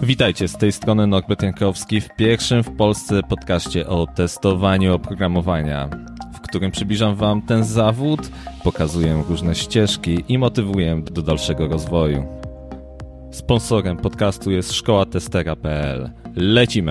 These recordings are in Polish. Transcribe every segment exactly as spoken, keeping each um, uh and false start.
Witajcie, z tej strony Norbert Jankowski w pierwszym w Polsce podcaście o testowaniu oprogramowania, w którym przybliżam Wam ten zawód, pokazuję różne ścieżki i motywuję do dalszego rozwoju. Sponsorem podcastu jest szkoła testera kropka p l. Lecimy!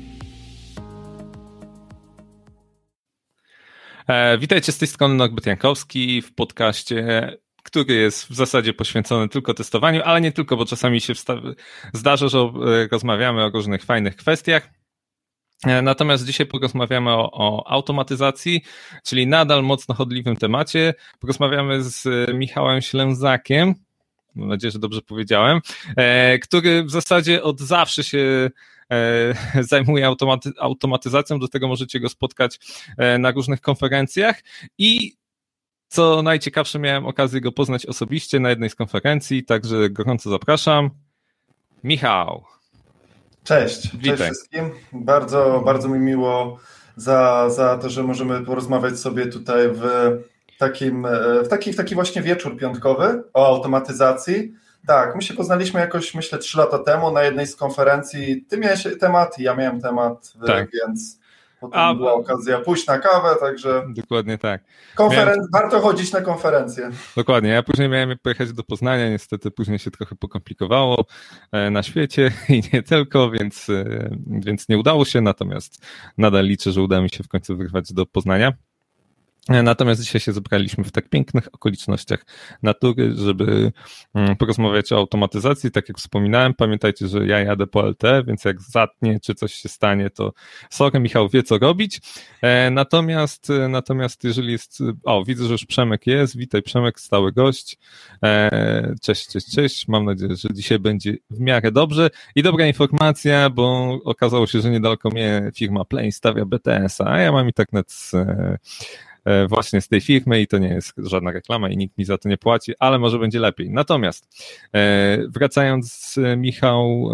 E, witajcie, z tej strony Norbert Jankowski w podcaście, który jest w zasadzie poświęcony tylko testowaniu, ale nie tylko, bo czasami się wsta- zdarza, że rozmawiamy o różnych fajnych kwestiach. Natomiast dzisiaj porozmawiamy o, o automatyzacji, czyli nadal mocno chodliwym temacie. Porozmawiamy z Michałem Ślęzakiem, mam nadzieję, że dobrze powiedziałem, e, który w zasadzie od zawsze się e, zajmuje automaty- automatyzacją, do tego możecie go spotkać e, na różnych konferencjach i co najciekawsze, miałem okazję go poznać osobiście na jednej z konferencji, także gorąco zapraszam. Michał. Cześć, Witaj. Cześć wszystkim. Bardzo, bardzo mi miło za, za to, że możemy porozmawiać sobie tutaj w takim, w taki, w taki właśnie wieczór piątkowy o automatyzacji. Tak, my się poznaliśmy jakoś, myślę, trzy lata temu na jednej z konferencji. Ty miałeś temat, ja miałem temat, tak. Więc potem A, była okazja pójść na kawę, także... Dokładnie tak. Konferen- miałem... Warto chodzić na konferencję. Dokładnie, ja później miałem pojechać do Poznania, niestety później się trochę pokomplikowało na świecie i nie tylko, więc, więc nie udało się, natomiast nadal liczę, że uda mi się w końcu wyrwać do Poznania. Natomiast dzisiaj się zebraliśmy w tak pięknych okolicznościach natury, żeby porozmawiać o automatyzacji. Tak jak wspominałem, pamiętajcie, że ja jadę po L T, więc jak zatnie, czy coś się stanie, to sorry, Michał wie, co robić. Natomiast, natomiast jeżeli jest... O, widzę, że już Przemek jest. Witaj, Przemek, stały gość. Cześć, cześć, cześć. Mam nadzieję, że dzisiaj będzie w miarę dobrze. I dobra informacja, bo okazało się, że niedaleko mnie firma Plane stawia B T S a, a ja mam internet z... właśnie z tej firmy i to nie jest żadna reklama i nikt mi za to nie płaci, ale może będzie lepiej. Natomiast wracając, Michał,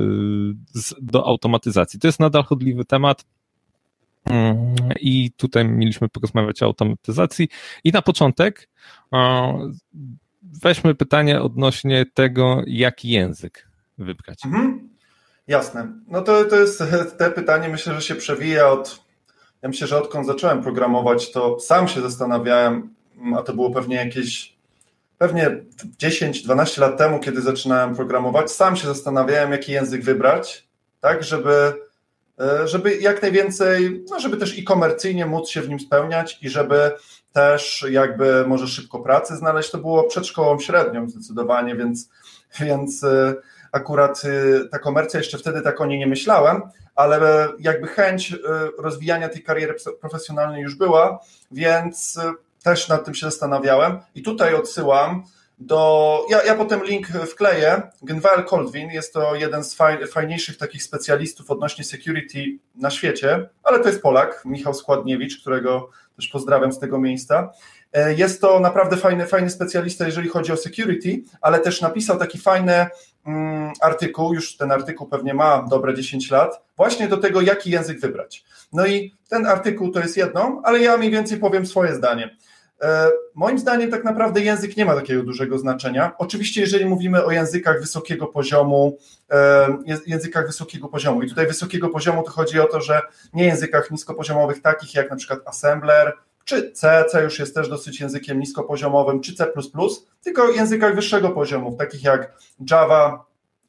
do automatyzacji. To jest nadal chodliwy temat i tutaj mieliśmy porozmawiać o automatyzacji i na początek weźmy pytanie odnośnie tego, jaki język wybrać. Mhm. Jasne. No to, to jest te pytanie, myślę, że się przewija od Ja myślę, że odkąd zacząłem programować, to sam się zastanawiałem, a to było pewnie jakieś, pewnie dziesięć dwanaście lat temu, kiedy zaczynałem programować, sam się zastanawiałem, jaki język wybrać, tak, żeby, żeby jak najwięcej, no żeby też i komercyjnie móc się w nim spełniać i żeby też jakby może szybko pracy znaleźć. To było przed szkołą średnią zdecydowanie, więc, więc akurat ta komercja, jeszcze wtedy tak o niej nie myślałem, ale jakby chęć rozwijania tej kariery profesjonalnej już była, więc też nad tym się zastanawiałem i tutaj odsyłam do, ja, ja potem link wkleję, Gunwael Koldwin, jest to jeden z faj, fajniejszych takich specjalistów odnośnie security na świecie, ale to jest Polak, Michał Składniewicz, którego też pozdrawiam z tego miejsca. Jest to naprawdę fajny, fajny specjalista, jeżeli chodzi o security, ale też napisał taki fajny mm, artykuł, już ten artykuł pewnie ma dobre dziesięć lat, właśnie do tego, jaki język wybrać. No i ten artykuł to jest jedno, ale ja mniej więcej powiem swoje zdanie. E, moim zdaniem tak naprawdę język nie ma takiego dużego znaczenia. Oczywiście jeżeli mówimy o językach wysokiego poziomu, e, językach wysokiego poziomu i tutaj wysokiego poziomu to chodzi o to, że nie językach niskopoziomowych takich jak na przykład Assembler, czy C, C już jest też dosyć językiem niskopoziomowym, czy C plus plus, tylko językach wyższego poziomu, takich jak Java,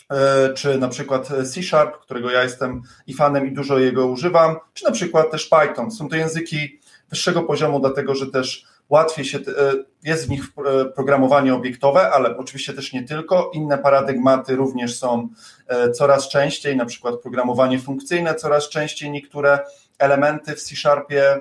czy na przykład C Sharp, którego ja jestem i fanem i dużo jego używam, czy na przykład też Python. Są to języki wyższego poziomu, dlatego że też łatwiej się, jest w nich programowanie obiektowe, ale oczywiście też nie tylko. Inne paradygmaty również są coraz częściej, na przykład programowanie funkcyjne coraz częściej, niektóre elementy w C Sharpie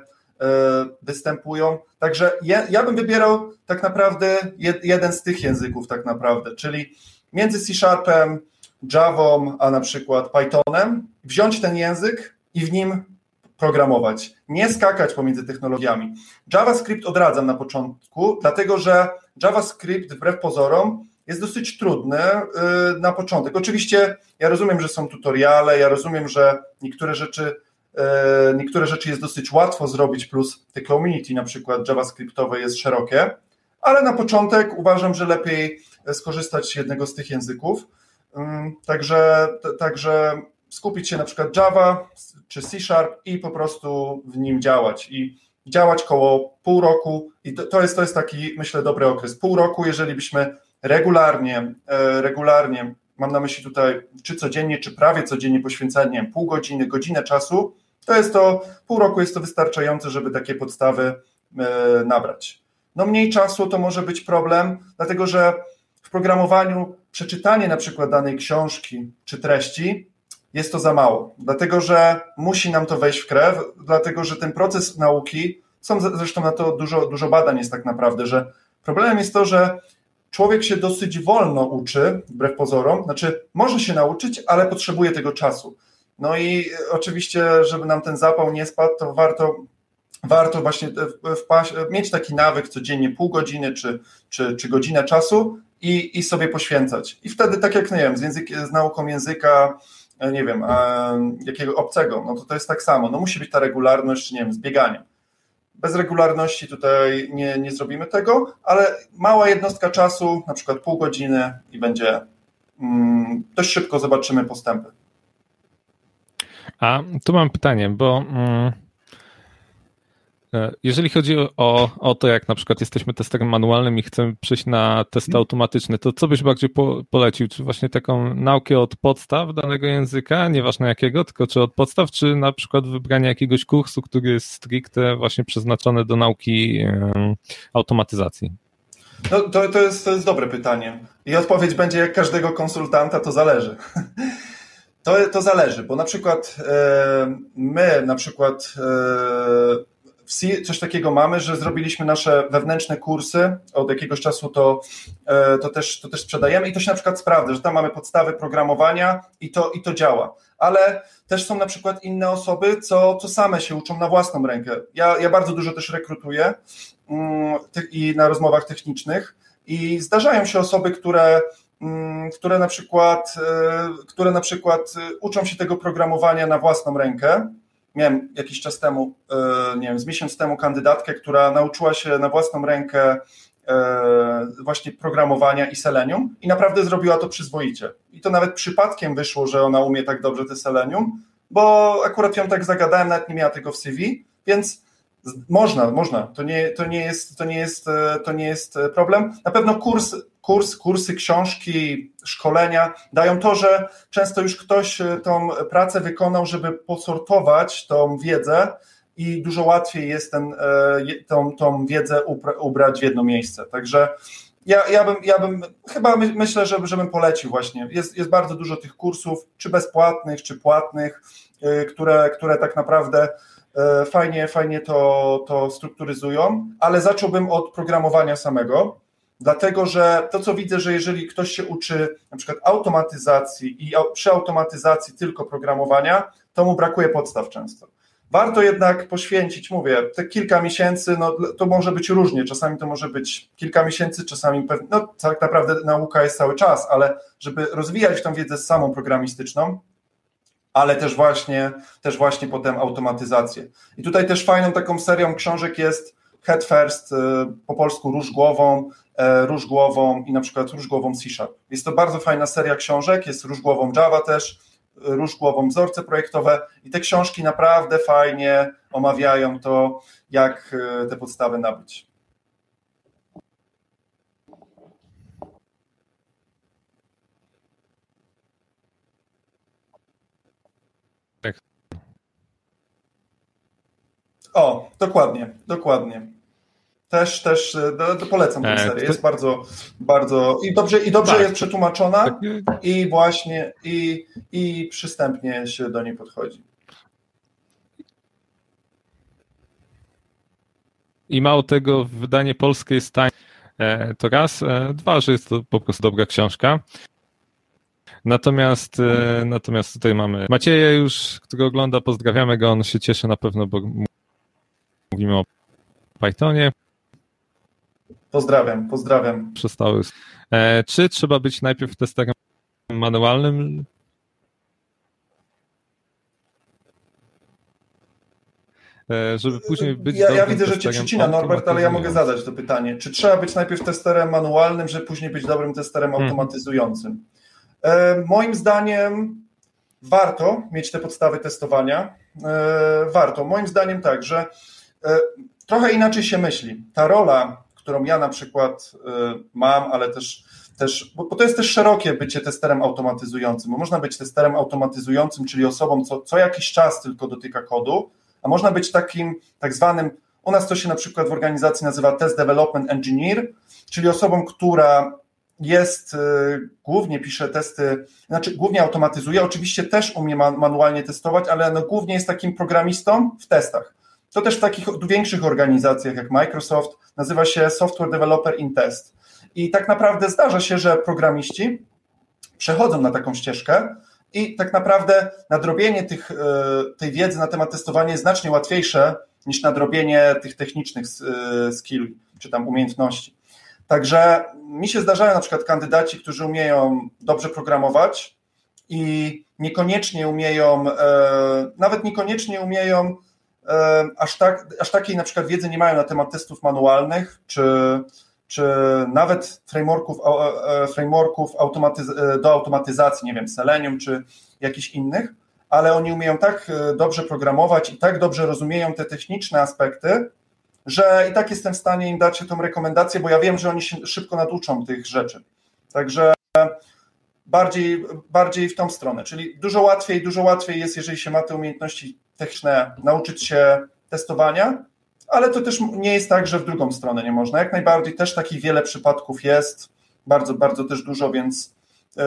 występują. Także ja, ja bym wybierał tak naprawdę jed, jeden z tych języków tak naprawdę, czyli między C Sharpem, Javą, a na przykład Pythonem, wziąć ten język i w nim programować. Nie skakać pomiędzy technologiami. JavaScript odradzam na początku, dlatego że JavaScript wbrew pozorom jest dosyć trudny na początek. Oczywiście ja rozumiem, że są tutoriale, ja rozumiem, że niektóre rzeczy Niektóre rzeczy jest dosyć łatwo zrobić, plus te community na przykład javascriptowe jest szerokie, ale na początek uważam, że lepiej skorzystać z jednego z tych języków. Także, także skupić się na przykład Java czy C Sharp i po prostu w nim działać i działać koło pół roku i to, to jest, to jest taki, myślę, dobry okres. Pół roku, jeżeli byśmy regularnie, regularnie, mam na myśli tutaj czy codziennie, czy prawie codziennie poświęcali, nie wiem, pół godziny, godzinę czasu, to jest to, pół roku jest to wystarczające, żeby takie podstawy nabrać. No mniej czasu to może być problem, dlatego że w programowaniu przeczytanie na przykład danej książki czy treści jest to za mało, dlatego że musi nam to wejść w krew, dlatego że ten proces nauki, są zresztą na to dużo, dużo badań jest tak naprawdę, że problemem jest to, że człowiek się dosyć wolno uczy, wbrew pozorom, znaczy może się nauczyć, ale potrzebuje tego czasu. No i oczywiście, żeby nam ten zapał nie spadł, to warto, warto właśnie wpaść, mieć taki nawyk codziennie pół godziny czy, czy, czy godzinę czasu i, i sobie poświęcać. I wtedy tak jak, nie wiem, z, język, z nauką języka, nie wiem, jakiego obcego, no to to jest tak samo. No musi być ta regularność, nie wiem, z bieganiem. Bez regularności tutaj nie, nie zrobimy tego, ale mała jednostka czasu, na przykład pół godziny i będzie mm, dość szybko zobaczymy postępy. A tu mam pytanie, bo mm, jeżeli chodzi o, o to, jak na przykład jesteśmy testerem manualnym i chcemy przejść na testy automatyczne, to co byś bardziej po, polecił? Czy właśnie taką naukę od podstaw danego języka, nieważne jakiego, tylko czy od podstaw, czy na przykład wybranie jakiegoś kursu, który jest stricte właśnie przeznaczony do nauki um, automatyzacji? No, to, to, jest, to jest dobre pytanie. I odpowiedź będzie jak każdego konsultanta, to zależy. To, to zależy, bo na przykład e, my na przykład e, w C coś takiego mamy, że zrobiliśmy nasze wewnętrzne kursy, od jakiegoś czasu to, to, też, to też sprzedajemy i to się na przykład sprawdza, że tam mamy podstawy programowania i to, i to działa, ale też są na przykład inne osoby, co, co same się uczą na własną rękę. Ja, ja bardzo dużo też rekrutuję i na rozmowach technicznych i zdarzają się osoby, które które na przykład, które na przykład uczą się tego programowania na własną rękę. Miałem jakiś czas temu, nie wiem, z miesiąc temu kandydatkę, która nauczyła się na własną rękę właśnie programowania i Selenium i naprawdę zrobiła to przyzwoicie. I to nawet przypadkiem wyszło, że ona umie tak dobrze te Selenium, bo akurat ją tak zagadałem, nawet nie miała tego w C V, więc można, można. To nie, to nie jest, to nie jest, to nie jest problem. Na pewno kurs, kurs, kursy, książki, szkolenia dają to, że często już ktoś tą pracę wykonał, żeby posortować tą wiedzę i dużo łatwiej jest ten, tą, tą wiedzę ubrać w jedno miejsce. Także ja, ja, bym, ja bym chyba my, myślę, że, żebym polecił właśnie. Jest, jest bardzo dużo tych kursów, czy bezpłatnych, czy płatnych, które, które tak naprawdę fajnie, fajnie to, to strukturyzują, ale zacząłbym od programowania samego, dlatego że to, co widzę, że jeżeli ktoś się uczy na przykład automatyzacji i przy automatyzacji tylko programowania, to mu brakuje podstaw często. Warto jednak poświęcić, mówię, te kilka miesięcy, no to może być różnie, czasami to może być kilka miesięcy, czasami pewnie, no tak naprawdę nauka jest cały czas, ale żeby rozwijać tą wiedzę samą programistyczną, ale też właśnie, też właśnie potem automatyzację. I tutaj też fajną taką serią książek jest Head First, po polsku Róż głową, Róż głową i na przykład Róż głową C Sharp. Jest to bardzo fajna seria książek, jest Róż głową Java też, Róż głową wzorce projektowe i te książki naprawdę fajnie omawiają to, jak te podstawy nabyć. Tak. O, dokładnie, dokładnie. Też, też do, do polecam tę serię. Jest bardzo, bardzo i dobrze, i dobrze tak, jest przetłumaczona tak. i właśnie i, i przystępnie się do niej podchodzi. I mało tego, wydanie polskie jest tańsze. To raz, dwa, że jest to po prostu dobra książka. Natomiast, natomiast tutaj mamy Macieja już, który ogląda, pozdrawiamy go, on się cieszy na pewno, bo mówimy o Pythonie. Pozdrawiam, pozdrawiam. Przestały. E, czy trzeba być najpierw testerem manualnym? E, żeby później być Ja, ja widzę, że cię przycina, Norbert, ale ja mogę zadać to pytanie. Czy trzeba być najpierw testerem manualnym, żeby później być dobrym testerem automatyzującym? Moim zdaniem warto mieć te podstawy testowania. Warto. Moim zdaniem tak, że trochę inaczej się myśli. Ta rola, którą ja na przykład mam, ale też, też bo to jest też szerokie bycie testerem automatyzującym, bo można być testerem automatyzującym, czyli osobą, co, co jakiś czas tylko dotyka kodu, a można być takim tak zwanym, u nas to się na przykład w organizacji nazywa Test Development Engineer, czyli osobą, która jest, głównie pisze testy, znaczy głównie automatyzuje, oczywiście też umie manualnie testować, ale no głównie jest takim programistą w testach. To też w takich większych organizacjach jak Microsoft nazywa się Software Developer in Test. I tak naprawdę zdarza się, że programiści przechodzą na taką ścieżkę i tak naprawdę nadrobienie tych, tej wiedzy na temat testowania jest znacznie łatwiejsze niż nadrobienie tych technicznych skill czy tam umiejętności. Także mi się zdarzają na przykład kandydaci, którzy umieją dobrze programować i niekoniecznie umieją, nawet niekoniecznie umieją, aż, tak, aż takiej na przykład wiedzy nie mają na temat testów manualnych, czy, czy nawet frameworków, frameworków automatyz- do automatyzacji, nie wiem, Selenium, czy jakichś innych, ale oni umieją tak dobrze programować i tak dobrze rozumieją te techniczne aspekty, że i tak jestem w stanie im dać tą rekomendację, bo ja wiem, że oni się szybko naduczą tych rzeczy. Także bardziej, bardziej w tą stronę, czyli dużo łatwiej, dużo łatwiej jest, jeżeli się ma te umiejętności techniczne, nauczyć się testowania, ale to też nie jest tak, że w drugą stronę nie można. Jak najbardziej też takich wiele przypadków jest, bardzo, bardzo też dużo, więc yy,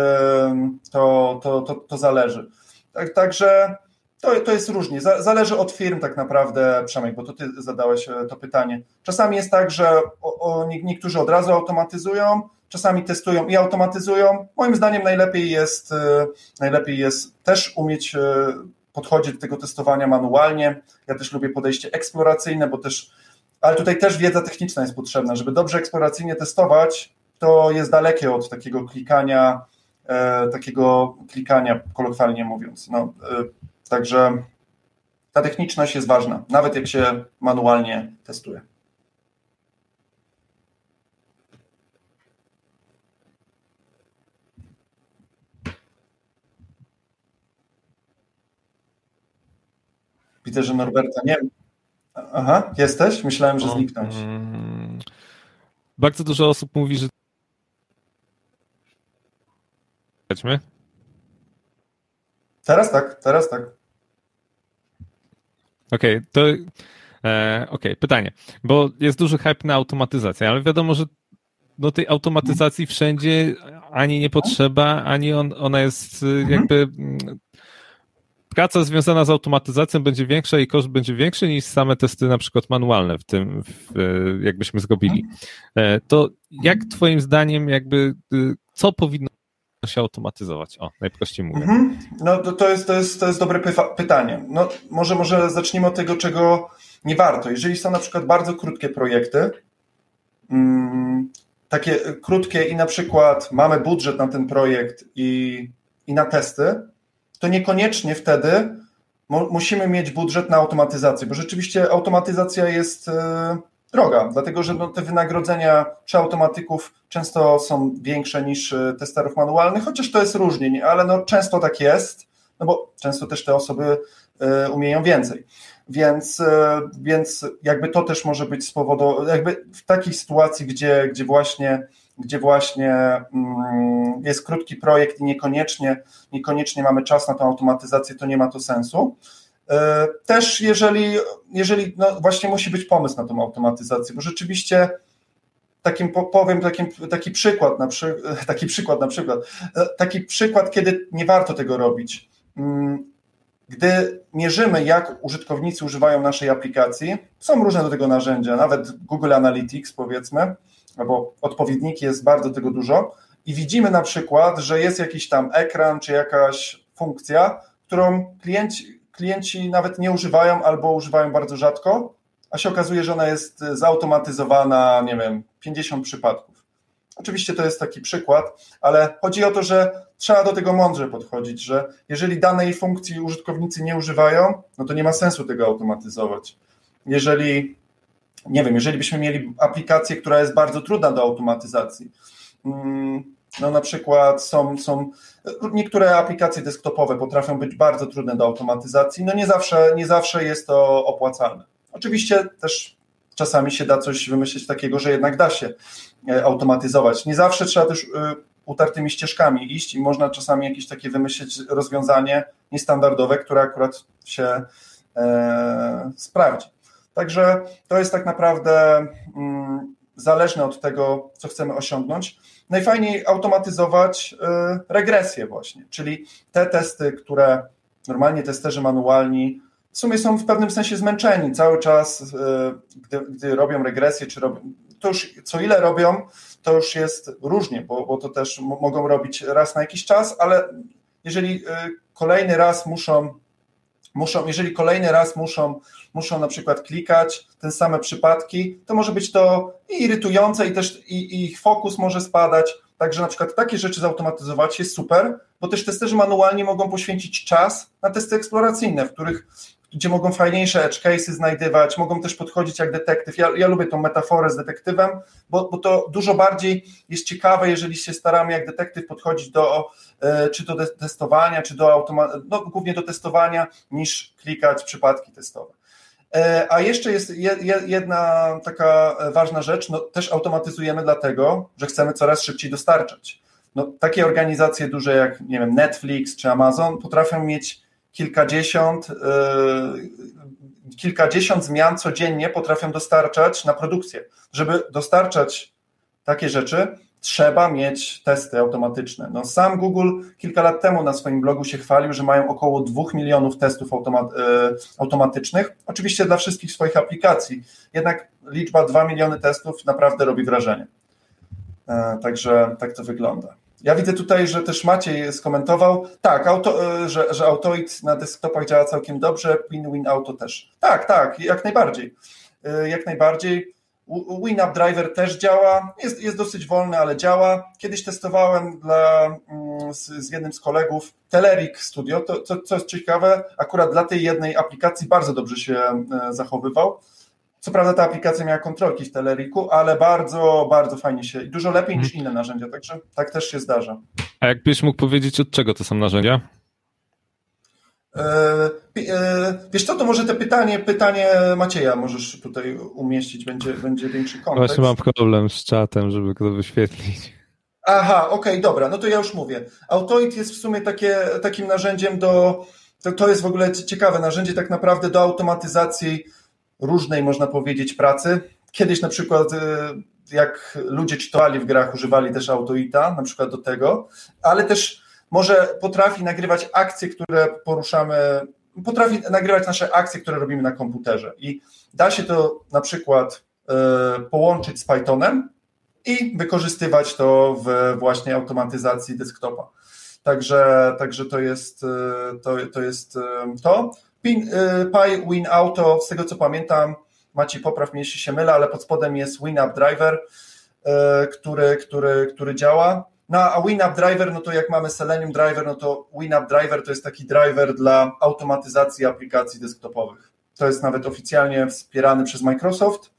to, to, to, to zależy. Tak, także To, to jest różnie, zależy od firm tak naprawdę, Przemek, bo to ty zadałeś to pytanie. Czasami jest tak, że o, o, niektórzy od razu automatyzują, czasami testują i automatyzują. Moim zdaniem najlepiej jest, najlepiej jest też umieć podchodzić do tego testowania manualnie. Ja też lubię podejście eksploracyjne, bo też, ale tutaj też wiedza techniczna jest potrzebna. Żeby dobrze eksploracyjnie testować, to jest dalekie od takiego klikania, takiego klikania, kolokwialnie mówiąc. No, Także ta techniczność jest ważna, nawet jak się manualnie testuje. Widzę, że Norberta nie... Aha, jesteś? Myślałem, że zniknąć. Hmm. Bardzo dużo osób mówi, że... Teraz tak, teraz tak. Okej, okay, to e, okej, okay, pytanie, bo jest duży hype na automatyzację, ale wiadomo, że do tej automatyzacji wszędzie ani nie potrzeba, ani on, ona jest jakby... Praca związana z automatyzacją będzie większa i koszt będzie większy niż same testy na przykład manualne w tym, w, jakbyśmy zrobili. To jak twoim zdaniem jakby, co powinno się automatyzować? O, najprościej mówiąc. Mhm. No to, to, jest, to, jest, to jest dobre pyfa- pytanie. No może, może zacznijmy od tego, czego nie warto. Jeżeli są na przykład bardzo krótkie projekty, mm, takie krótkie i na przykład mamy budżet na ten projekt i, i na testy, to niekoniecznie wtedy mu, musimy mieć budżet na automatyzację, bo rzeczywiście automatyzacja jest e, droga, dlatego że no, te wynagrodzenia czy automatyków często są większe niż testerów manualnych, chociaż to jest różnie, nie? Ale no, często tak jest, no bo często też te osoby e, umieją więcej. Więc, e, więc jakby to też może być z powodu, jakby w takiej sytuacji, gdzie, gdzie właśnie gdzie właśnie mm, jest krótki projekt i niekoniecznie, niekoniecznie mamy czas na tą automatyzację, to nie ma to sensu. Też jeżeli, jeżeli no właśnie musi być pomysł na tą automatyzację, bo rzeczywiście takim powiem takim, taki przykład, na przy, taki przykład na przykład, taki przykład, kiedy nie warto tego robić. Gdy mierzymy, jak użytkownicy używają naszej aplikacji, są różne do tego narzędzia, nawet Google Analytics powiedzmy, albo odpowiedniki jest bardzo tego dużo i widzimy na przykład, że jest jakiś tam ekran czy jakaś funkcja, którą klienci, klienci nawet nie używają albo używają bardzo rzadko, a się okazuje, że ona jest zautomatyzowana, nie wiem, pięćdziesiąt przypadków. Oczywiście to jest taki przykład, ale chodzi o to, że trzeba do tego mądrze podchodzić, że jeżeli danej funkcji użytkownicy nie używają, no to nie ma sensu tego automatyzować. Jeżeli, nie wiem, jeżeli byśmy mieli aplikację, która jest bardzo trudna do automatyzacji, No na przykład są, są niektóre aplikacje desktopowe potrafią być bardzo trudne do automatyzacji, no nie zawsze, nie zawsze jest to opłacalne. Oczywiście też czasami się da coś wymyślić takiego, że jednak da się automatyzować. Nie zawsze trzeba też utartymi ścieżkami iść i można czasami jakieś takie wymyślić rozwiązanie niestandardowe, które akurat się e, sprawdzi. Także to jest tak naprawdę mm, zależne od tego, co chcemy osiągnąć. Najfajniej automatyzować y, regresję właśnie, czyli te testy, które normalnie testerzy manualni w sumie są w pewnym sensie zmęczeni cały czas, y, gdy, gdy robią regresję, czy robią, to już co ile robią, to już jest różnie, bo, bo to też m- mogą robić raz na jakiś czas, ale jeżeli y, kolejny raz muszą Muszą, jeżeli kolejny raz muszą, muszą na przykład klikać te same przypadki, to może być to i irytujące i też i, i ich fokus może spadać. Także na przykład takie rzeczy zautomatyzować jest super, bo też testerzy manualnie mogą poświęcić czas na testy eksploracyjne, w których gdzie mogą fajniejsze edge case'y znajdywać, mogą też podchodzić jak detektyw. Ja, ja lubię tą metaforę z detektywem, bo, bo to dużo bardziej jest ciekawe, jeżeli się staramy jak detektyw podchodzić do e, czy do testowania, czy do automa- no, głównie do testowania, niż klikać przypadki testowe. E, a jeszcze jest je, je, jedna taka ważna rzecz, no, też automatyzujemy dlatego, że chcemy coraz szybciej dostarczać. No, takie organizacje duże jak, nie wiem, Netflix czy Amazon potrafią mieć kilkadziesiąt, yy, kilkadziesiąt zmian codziennie potrafią dostarczać na produkcję. Żeby dostarczać takie rzeczy, trzeba mieć testy automatyczne. No, sam Google kilka lat temu na swoim blogu się chwalił, że mają około dwóch milionów testów automa- yy, automatycznych, oczywiście dla wszystkich swoich aplikacji, jednak liczba dwa miliony testów naprawdę robi wrażenie. Yy, także tak to wygląda. Ja widzę tutaj, że też Maciej skomentował, tak, auto, że, że Autoid na desktopach działa całkiem dobrze, Win-Win Auto też. Tak, tak, jak najbardziej. Jak najbardziej. WinUpDriver też działa, jest, jest dosyć wolny, ale działa. Kiedyś testowałem dla, z, z jednym z kolegów Telerik Studio, to co, co jest ciekawe, akurat dla tej jednej aplikacji bardzo dobrze się zachowywał. Co prawda ta aplikacja miała kontrolki w Teleriku, ale bardzo, bardzo fajnie się i dużo lepiej niż inne narzędzia, także tak też się zdarza. A jakbyś mógł powiedzieć, od czego to są narzędzia? E, e, wiesz co, to może te pytanie, pytanie Macieja możesz tutaj umieścić, będzie, będzie większy kontekst. Właśnie mam problem z czatem, żeby go wyświetlić. Aha, okej, okay, dobra, no to ja już mówię. Autoid jest w sumie takie, takim narzędziem do, to, to jest w ogóle ciekawe narzędzie tak naprawdę do automatyzacji różnej, można powiedzieć, pracy. Kiedyś na przykład jak ludzie czytali w grach, używali też Autoida, na przykład do tego, ale też może potrafi nagrywać akcje, które poruszamy, potrafi nagrywać nasze akcje, które robimy na komputerze i da się to na przykład y, połączyć z Pythonem i wykorzystywać to w właśnie automatyzacji desktopa. Także, także to jest to, to jest to. Pin, Pi Win Auto, z tego co pamiętam, Maciej popraw mnie, jeśli się mylę, ale pod spodem jest WinUpDriver, który, który, który działa. No a WinUpDriver, no to jak mamy Selenium Driver, no to WinUpDriver to jest taki driver dla automatyzacji aplikacji desktopowych. To jest nawet oficjalnie wspierany przez Microsoft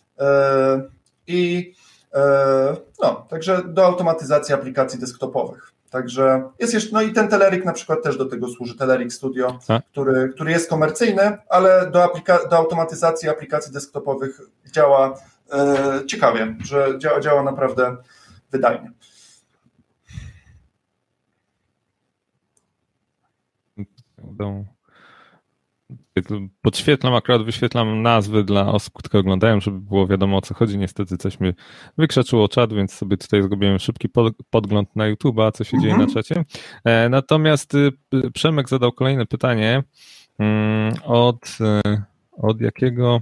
i no, także do automatyzacji aplikacji desktopowych. Także jest jeszcze, no i ten Telerik na przykład też do tego służy, Telerik Studio, który, który jest komercyjny, ale do, aplika- do automatyzacji aplikacji desktopowych działa e, ciekawie, że działa, działa naprawdę wydajnie. Podświetlam, akurat wyświetlam nazwy dla osób, które oglądają, żeby było wiadomo, o co chodzi. Niestety coś mi wykrzaczyło czat, więc sobie tutaj zrobiłem szybki podgląd na YouTube'a, co się mhm. dzieje na czacie. Natomiast Przemek zadał kolejne pytanie od, od jakiego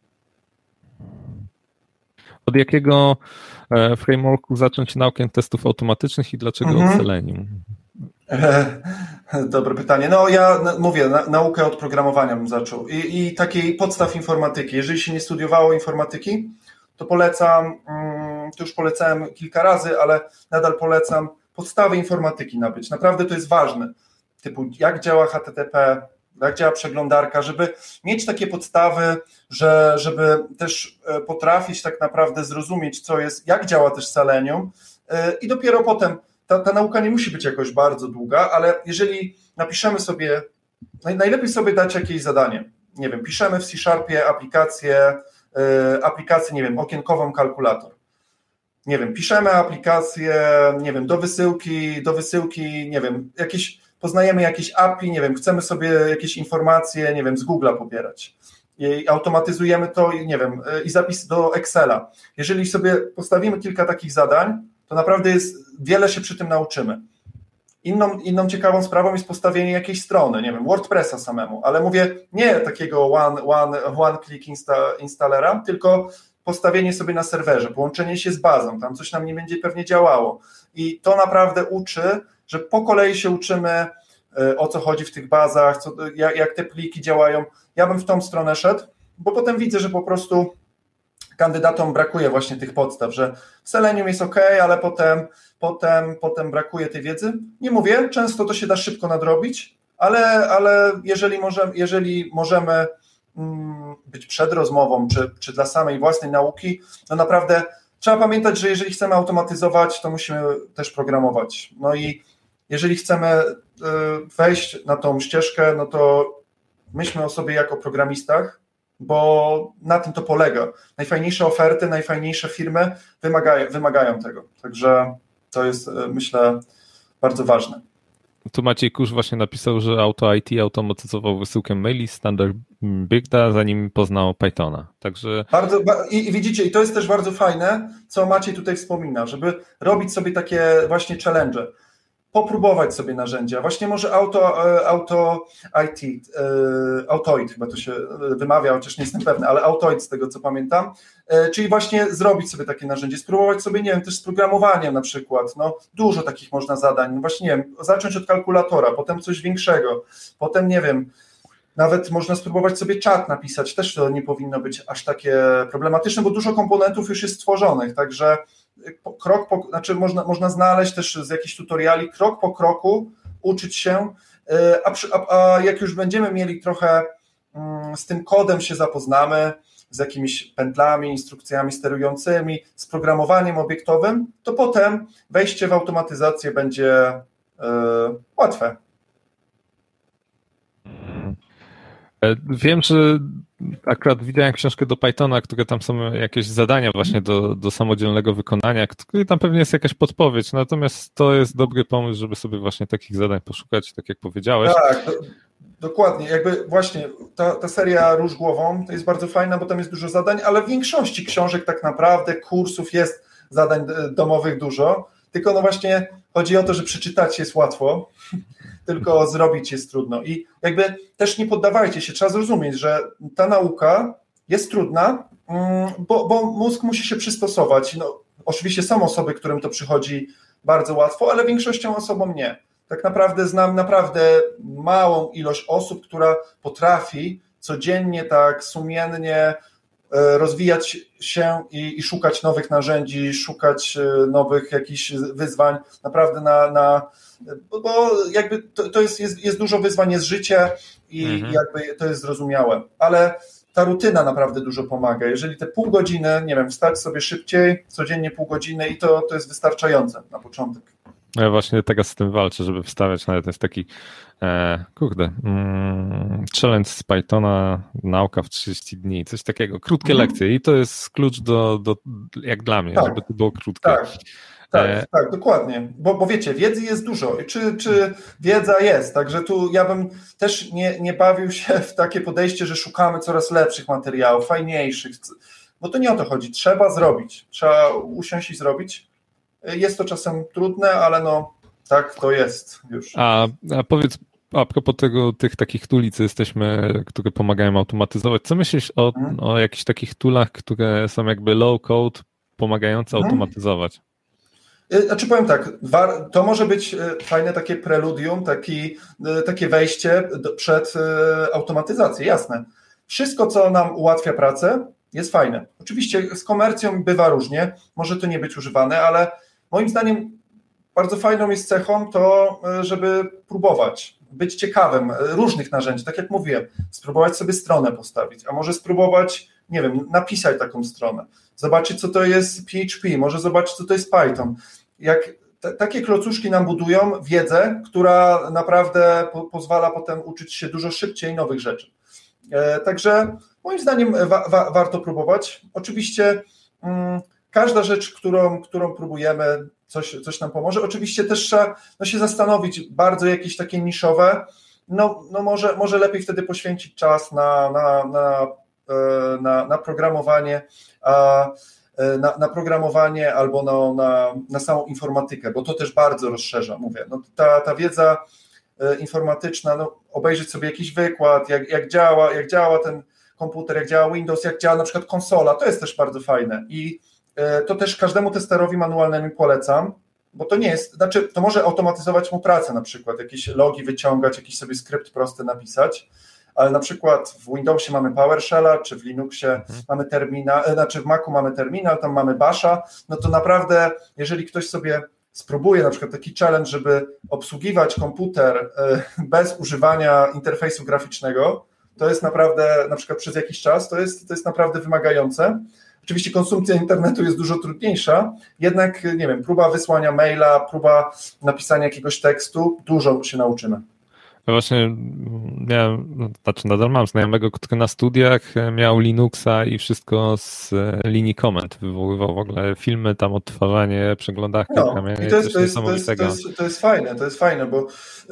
od jakiego frameworku zacząć naukę testów automatycznych i dlaczego mhm. od Selenium? Dobre pytanie. No ja mówię, na, naukę od programowania bym zaczął I, i takiej podstaw informatyki. Jeżeli się nie studiowało informatyki, to polecam, to już polecałem kilka razy, ale nadal polecam podstawy informatyki nabyć. Naprawdę to jest ważne. Typu jak działa H T T P, jak działa przeglądarka, żeby mieć takie podstawy, że, żeby też potrafić tak naprawdę zrozumieć, co jest, jak działa też Selenium, i dopiero potem ta, ta nauka nie musi być jakoś bardzo długa, ale jeżeli napiszemy sobie, najlepiej sobie dać jakieś zadanie, nie wiem, piszemy w C-Sharpie aplikację, aplikację, nie wiem, okienkową kalkulator. Nie wiem, piszemy aplikację, nie wiem, do wysyłki, do wysyłki, nie wiem, jakieś, poznajemy jakieś A P I, nie wiem, chcemy sobie jakieś informacje, nie wiem, z Google'a pobierać. I automatyzujemy to, nie wiem, i zapis do Excela. Jeżeli sobie postawimy kilka takich zadań, to naprawdę jest, wiele się przy tym nauczymy. Inną, inną ciekawą sprawą jest postawienie jakiejś strony, nie wiem, WordPressa samemu, ale mówię nie takiego one, one, one click insta, instalera, tylko postawienie sobie na serwerze, połączenie się z bazą, tam coś nam nie będzie pewnie działało. I to naprawdę uczy, że po kolei się uczymy, o co chodzi w tych bazach, co, jak, jak te pliki działają. Ja bym w tą stronę szedł, bo potem widzę, że po prostu kandydatom brakuje właśnie tych podstaw, że Selenium jest ok, ale potem, potem, potem brakuje tej wiedzy. Nie mówię, często to się da szybko nadrobić, ale, ale jeżeli możemy, jeżeli możemy być przed rozmową, czy, czy dla samej własnej nauki, no naprawdę trzeba pamiętać, że jeżeli chcemy automatyzować, to musimy też programować. No i jeżeli chcemy wejść na tą ścieżkę, no to myślmy o sobie jako programistach, bo na tym to polega. Najfajniejsze oferty, najfajniejsze firmy wymagają, wymagają tego. Także to jest, myślę, bardzo ważne. Tu Maciej Kusz właśnie napisał, że Auto I T automatyzował wysyłkę maili standard Bigda, zanim poznał Pythona. Także... Bardzo, i, i widzicie, i to jest też bardzo fajne, co Maciej tutaj wspomina, żeby robić sobie takie właśnie challenge, popróbować sobie narzędzia. Właśnie może Auto, auto I T, Autoid chyba to się wymawia, chociaż nie jestem pewny, ale Autoid z tego co pamiętam, czyli właśnie zrobić sobie takie narzędzie, spróbować sobie, nie wiem, też z programowaniem na przykład, no dużo takich można zadań, no właśnie nie wiem, zacząć od kalkulatora, potem coś większego, potem nie wiem, nawet można spróbować sobie czat napisać, też to nie powinno być aż takie problematyczne, bo dużo komponentów już jest stworzonych, także krok po, znaczy można, można znaleźć też z jakichś tutoriali, krok po kroku uczyć się, a, przy, a, a jak już będziemy mieli trochę z tym kodem się zapoznamy, z jakimiś pętlami, instrukcjami sterującymi, z programowaniem obiektowym, to potem wejście w automatyzację będzie y, łatwe. Wiem, że akurat widziałem książkę do Pythona, które tam są jakieś zadania właśnie do, do samodzielnego wykonania, które tam pewnie jest jakaś podpowiedź, natomiast to jest dobry pomysł, żeby sobie właśnie takich zadań poszukać, tak jak powiedziałeś. Tak, do, dokładnie, jakby właśnie ta, ta seria Róż głową to jest bardzo fajna, bo tam jest dużo zadań, ale w większości książek tak naprawdę, kursów jest zadań domowych dużo, tylko no właśnie chodzi o to, że przeczytać jest łatwo, tylko zrobić jest trudno i jakby też nie poddawajcie się, trzeba zrozumieć, że ta nauka jest trudna, bo, bo mózg musi się przystosować. No, oczywiście są osoby, którym to przychodzi bardzo łatwo, ale większością osobom nie. Tak naprawdę znam naprawdę małą ilość osób, która potrafi codziennie tak sumiennie rozwijać się i, i szukać nowych narzędzi, szukać nowych jakichś wyzwań, naprawdę na, na bo jakby to, to jest, jest, jest dużo wyzwań, jest życie i mhm. jakby to jest zrozumiałe, ale ta rutyna naprawdę dużo pomaga. Jeżeli te pół godziny, nie wiem, wstać sobie szybciej, codziennie pół godziny i to, to jest wystarczające na początek. Ja właśnie teraz z tym walczę, żeby wstawiać, nawet jest taki e, kurde, mm, challenge z Pythona, nauka w trzydzieści dni, coś takiego, krótkie mhm. lekcje i to jest klucz do, do jak dla mnie, tak. żeby to było krótkie. Tak. Tak, e... tak, dokładnie, bo, bo wiecie, wiedzy jest dużo, czy, czy wiedza jest, także tu ja bym też nie, nie bawił się w takie podejście, że szukamy coraz lepszych materiałów, fajniejszych, bo to nie o to chodzi, trzeba zrobić, trzeba usiąść i zrobić, jest to czasem trudne, ale no tak to jest już. A, a powiedz, a propos tego, tych takich tuli, co jesteśmy, które pomagają automatyzować, co myślisz o, hmm. o jakichś takich toolach, które są jakby low code, pomagające hmm. automatyzować? Znaczy powiem tak, to może być fajne takie preludium, taki, takie wejście do, przed automatyzację, jasne. Wszystko, co nam ułatwia pracę, jest fajne. Oczywiście z komercją bywa różnie, może to nie być używane, ale moim zdaniem bardzo fajną jest cechą to, żeby próbować, być ciekawym różnych narzędzi, tak jak mówiłem, spróbować sobie stronę postawić, a może spróbować, nie wiem, napisać taką stronę, zobaczyć, co to jest P H P, może zobaczyć, co to jest Python. jak t- takie klocuszki nam budują wiedzę, która naprawdę po- pozwala potem uczyć się dużo szybciej nowych rzeczy. E, także moim zdaniem wa- wa- warto próbować. Oczywiście mm, każda rzecz, którą, którą próbujemy, coś, coś nam pomoże. Oczywiście też trzeba no, się zastanowić, bardzo jakieś takie niszowe, no, no może, może lepiej wtedy poświęcić czas na, na, na, na, na programowanie, a Na, na programowanie albo na, na, na samą informatykę, bo to też bardzo rozszerza, mówię. No, ta, ta wiedza informatyczna, no, obejrzeć sobie jakiś wykład, jak, jak, działa, jak działa ten komputer, jak działa Windows, jak działa na przykład konsola, to jest też bardzo fajne i to też każdemu testerowi manualnemu polecam, bo to nie jest, znaczy to może automatyzować mu pracę na przykład, jakieś logi wyciągać, jakiś sobie skrypt prosty napisać, ale na przykład w Windowsie mamy PowerShella, czy w Linuxie hmm. mamy terminal, znaczy w Macu mamy terminal, tam mamy Basha, no to naprawdę, jeżeli ktoś sobie spróbuje na przykład taki challenge, żeby obsługiwać komputer bez używania interfejsu graficznego, to jest naprawdę, na przykład przez jakiś czas, to jest, to jest naprawdę wymagające. Oczywiście konsumpcja internetu jest dużo trudniejsza, jednak, nie wiem, próba wysłania maila, próba napisania jakiegoś tekstu, dużo się nauczymy. Ja właśnie miałem, znaczy nadal mam znajomego, który na studiach miał Linuxa i wszystko z linii komend wywoływał w ogóle filmy, tam odtwarzanie, przeglądarki. No, i to jest, to, jest, to, jest, to, jest, to jest fajne, to jest fajne, bo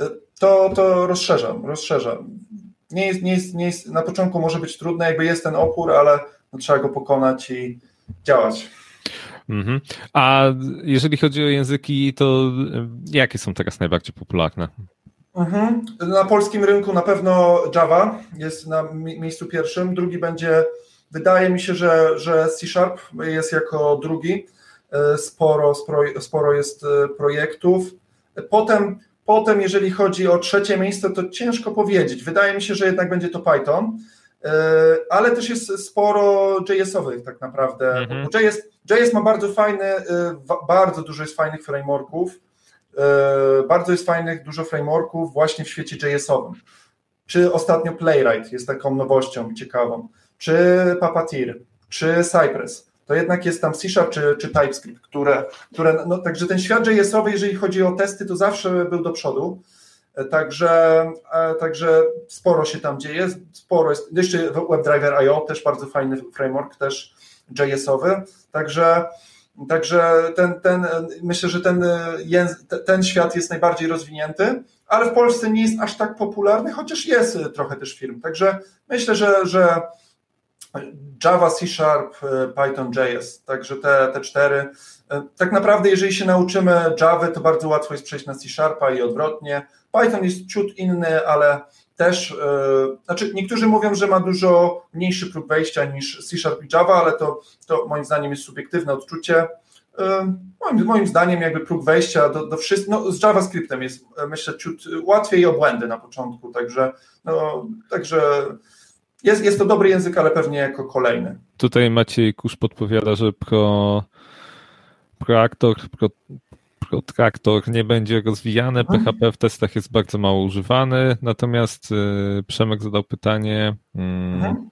to, to rozszerza, rozszerza. Nie jest, nie jest, nie jest, na początku może być trudne, jakby jest ten opór, ale no, trzeba go pokonać i działać. Mhm. A jeżeli chodzi o języki, to jakie są teraz najbardziej popularne? Mhm. Na polskim rynku na pewno Java jest na miejscu pierwszym, drugi będzie, wydaje mi się, że, że C Sharp jest jako drugi, sporo, sporo, sporo jest projektów. Potem, potem, jeżeli chodzi o trzecie miejsce, to ciężko powiedzieć, wydaje mi się, że jednak będzie to Python, ale też jest sporo J S-owych tak naprawdę, mhm. bo J S, J S ma bardzo fajne, bardzo dużo jest fajnych frameworków, bardzo jest fajnych, dużo frameworków właśnie w świecie J S-owym. Czy ostatnio Playwright jest taką nowością ciekawą, czy Puppeteer, czy Cypress. To jednak jest tam C Sharp czy, czy TypeScript, które, które no, także ten świat J S-owy, jeżeli chodzi o testy, to zawsze był do przodu. Także, także sporo się tam dzieje, sporo jest, jeszcze WebDriver kropka i o, też bardzo fajny framework, też J S-owy, także Także ten, ten, myślę, że ten, ten świat jest najbardziej rozwinięty, ale w Polsce nie jest aż tak popularny, chociaż jest trochę też firm. Także myślę, że, że Java, C Sharp, Python, J S, także te, te cztery. Tak naprawdę, jeżeli się nauczymy Java, to bardzo łatwo jest przejść na C Sharpa i odwrotnie. Python jest ciut inny, ale też, yy, znaczy niektórzy mówią, że ma dużo mniejszy próg wejścia niż C Sharp i Java, ale to, to moim zdaniem jest subiektywne odczucie. Yy, moim, moim zdaniem jakby próg wejścia do, do wszystkich, no z JavaScriptem jest myślę ciut łatwiej o błędy na początku, także, no, także jest, jest to dobry język, ale pewnie jako kolejny. Tutaj Maciej Kusz podpowiada, że pro, proaktor, pro Traktor nie będzie rozwijany, P H P w testach jest bardzo mało używany, natomiast y, Przemek zadał pytanie, y,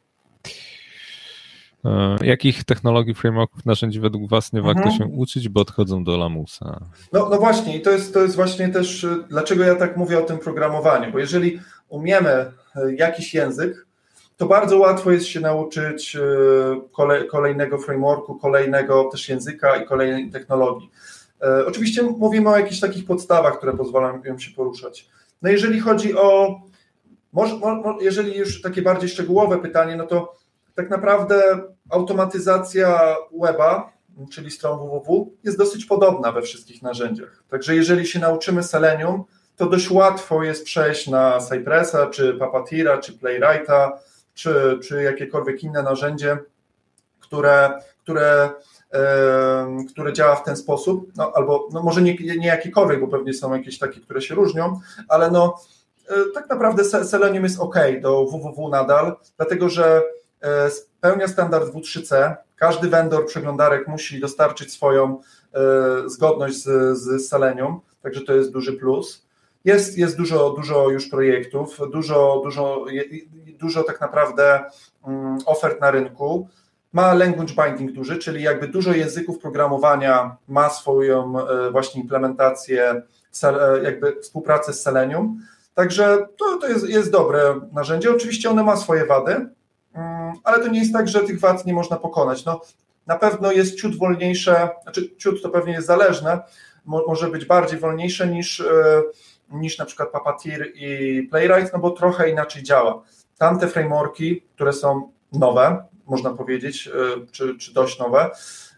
y, jakich technologii, frameworków, narzędzi według Was nie warto się uczyć, bo odchodzą do lamusa? No, no właśnie i to jest, to jest właśnie też, dlaczego ja tak mówię o tym programowaniu, bo jeżeli umiemy jakiś język, to bardzo łatwo jest się nauczyć kolej, kolejnego frameworku, kolejnego też języka i kolejnej technologii. Oczywiście mówimy o jakichś takich podstawach, które pozwalają się poruszać. No jeżeli chodzi o, może, jeżeli już takie bardziej szczegółowe pytanie, no to tak naprawdę automatyzacja weba, czyli stron www, jest dosyć podobna we wszystkich narzędziach. Także jeżeli się nauczymy Selenium, to dość łatwo jest przejść na Cypressa, czy Puppeteera, czy Playwrighta, czy, czy jakiekolwiek inne narzędzie, które, które które działa w ten sposób, no, albo no może nie, nie jakiekolwiek, bo pewnie są jakieś takie, które się różnią, ale no tak naprawdę Selenium jest ok do www nadal, dlatego że spełnia standard W trzy C, każdy vendor przeglądarek musi dostarczyć swoją zgodność z, z Selenium, także to jest duży plus. Jest, jest dużo, dużo już projektów, dużo, dużo, dużo tak naprawdę ofert na rynku. ma language binding duży, czyli jakby dużo języków programowania ma swoją właśnie implementację, jakby współpracę z Selenium. Także to, to jest, jest dobre narzędzie. Oczywiście ono ma swoje wady, ale to nie jest tak, że tych wad nie można pokonać. No, na pewno jest ciut wolniejsze, znaczy ciut to pewnie jest zależne, mo, może być bardziej wolniejsze niż, niż na przykład Puppeteer i Playwright, no bo trochę inaczej działa. Tamte frameworki, które są nowe, można powiedzieć, czy, czy dość nowe,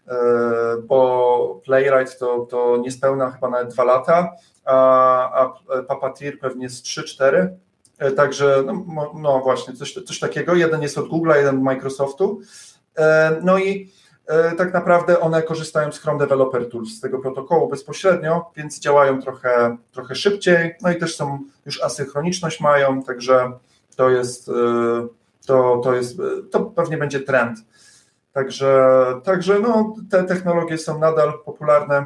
bo Playwright to, to niespełna chyba nawet dwa lata, a, a Puppeteer pewnie z trzy cztery, także no, no właśnie, coś, coś takiego. Jeden jest od Google'a, jeden od Microsoftu. No i tak naprawdę one korzystają z Chrome Developer Tools, z tego protokołu bezpośrednio, więc działają trochę, trochę szybciej, no i też są, już asynchroniczność mają, także to jest, to, to jest, to pewnie będzie trend. Także, także no, te technologie są nadal popularne.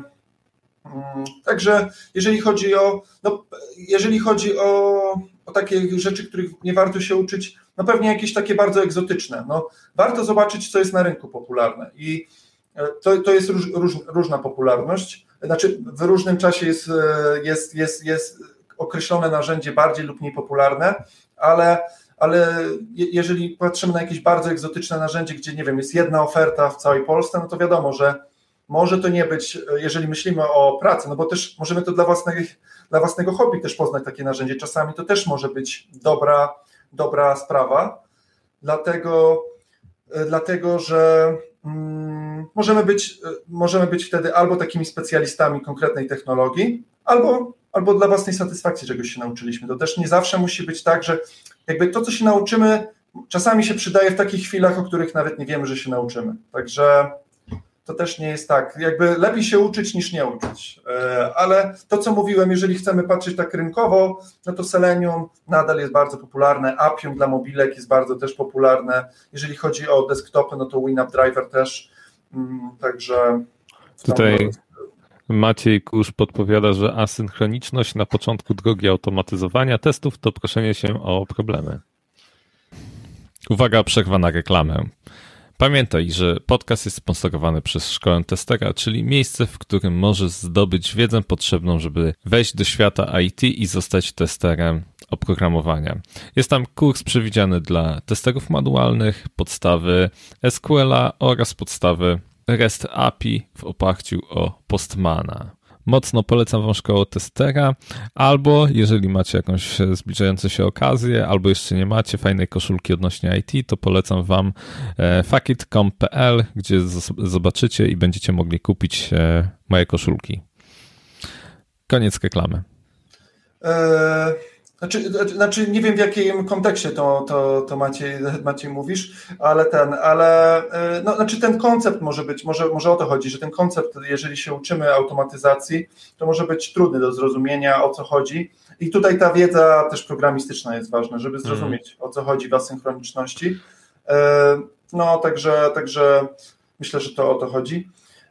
Także jeżeli chodzi o, no, jeżeli chodzi o, o takie rzeczy, których nie warto się uczyć, no pewnie jakieś takie bardzo egzotyczne. No, warto zobaczyć, co jest na rynku popularne i to, to jest róż, róż, różna popularność. Znaczy w różnym czasie jest, jest, jest, jest określone narzędzie bardziej lub mniej popularne, ale ale jeżeli patrzymy na jakieś bardzo egzotyczne narzędzie, gdzie nie wiem, jest jedna oferta w całej Polsce, no to wiadomo, że może to nie być, jeżeli myślimy o pracy, no bo też możemy to dla własnego, dla własnego hobby też poznać takie narzędzie, czasami to też może być dobra, dobra sprawa, dlatego, dlatego że mm, możemy być, możemy być wtedy albo takimi specjalistami konkretnej technologii, albo, albo dla własnej satysfakcji czegoś się nauczyliśmy. To też nie zawsze musi być tak, że jakby to, co się nauczymy, czasami się przydaje w takich chwilach, o których nawet nie wiemy, że się nauczymy. Także to też nie jest tak. Jakby lepiej się uczyć niż nie uczyć. Ale to, co mówiłem, jeżeli chcemy patrzeć tak rynkowo, no to Selenium nadal jest bardzo popularne, Appium dla mobilek jest bardzo też popularne. Jeżeli chodzi o desktopy, no to WinUpDriver też. Także tutaj Maciej Kusz podpowiada, że asynchroniczność na początku drogi automatyzowania testów to proszenie się o problemy. Uwaga, przerwa na reklamę. Pamiętaj, że podcast jest sponsorowany przez Szkołę Testera, czyli miejsce, w którym możesz zdobyć wiedzę potrzebną, żeby wejść do świata I T i zostać testerem oprogramowania. Jest tam kurs przewidziany dla testerów manualnych, podstawy S Q L-a oraz podstawy REST A P I w oparciu o Postmana. Mocno polecam wam Szkołę Testera, albo jeżeli macie jakąś zbliżającą się okazję, albo jeszcze nie macie fajnej koszulki odnośnie I T, to polecam wam fakit kropka com kropka p l, gdzie zobaczycie i będziecie mogli kupić moje koszulki. Koniec reklamy. Eee... Znaczy, znaczy nie wiem, w jakim kontekście to, to, to Maciej, Maciej mówisz, ale ten, ale no, znaczy ten koncept może być, może, może o to chodzi, że ten koncept, jeżeli się uczymy automatyzacji, to może być trudny do zrozumienia, o co chodzi. I tutaj ta wiedza też programistyczna jest ważna, żeby zrozumieć, mm. o co chodzi w asynchroniczności. No, także, także myślę, że to o to chodzi.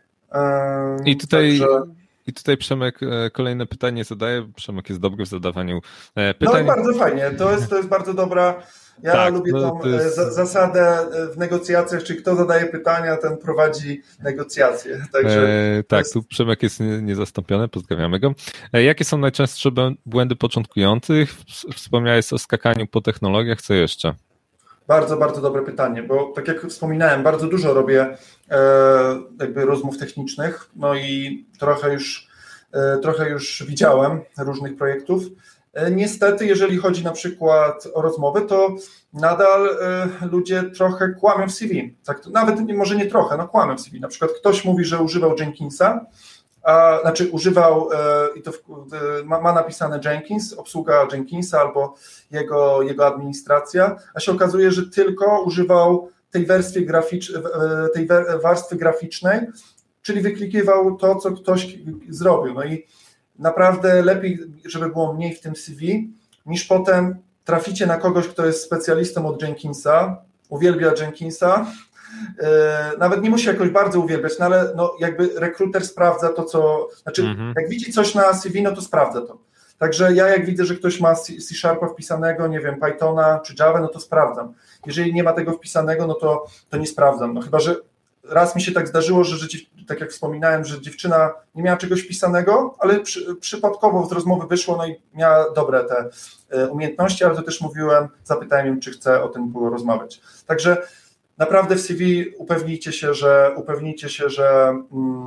I tutaj... Także... I tutaj Przemek kolejne pytanie zadaje. Przemek jest dobry w zadawaniu pytań. No i bardzo fajnie, to jest, to jest bardzo dobra, ja tak, lubię no, tą jest... zasadę w negocjacjach, czyli kto zadaje pytania, ten prowadzi negocjacje. Także e, tak, jest... tu Przemek jest niezastąpiony, pozdrawiamy go. E, jakie są najczęstsze błędy początkujących? Wspomniałeś o skakaniu po technologiach, co jeszcze? Bardzo, bardzo dobre pytanie, bo tak jak wspominałem, bardzo dużo robię e, jakby rozmów technicznych, no i trochę już, e, trochę już widziałem różnych projektów. E, niestety, jeżeli chodzi na przykład o rozmowy, to nadal e, ludzie trochę kłamią w C V. Tak, nawet może nie trochę, no kłamią w C V. Na przykład ktoś mówi, że używał Jenkinsa, a, znaczy używał e, i to w, e, ma, ma napisane Jenkins, obsługa Jenkinsa albo jego, jego administracja, a się okazuje, że tylko używał tej wersji graficz, e, tej warstwy graficznej, czyli wyklikiwał to, co ktoś zrobił. No i naprawdę lepiej, żeby było mniej w tym C V, niż potem traficie na kogoś, kto jest specjalistą od Jenkinsa, uwielbia Jenkinsa, nawet nie musi jakoś bardzo uwielbiać, no ale no jakby rekruter sprawdza to, co, znaczy mm-hmm. jak widzi coś na C V, no to sprawdza to. Także ja jak widzę, że ktoś ma C-Sharpa wpisanego, nie wiem, Pythona czy Java, no to sprawdzam. Jeżeli nie ma tego wpisanego, no to, to nie sprawdzam. No chyba, że raz mi się tak zdarzyło, że, że tak jak wspominałem, że dziewczyna nie miała czegoś wpisanego, ale przy, przypadkowo z rozmowy wyszło, no i miała dobre te umiejętności, ale to też mówiłem, zapytałem ją, czy chce o tym porozmawiać. Także naprawdę w C V upewnijcie się, że upewnijcie się, że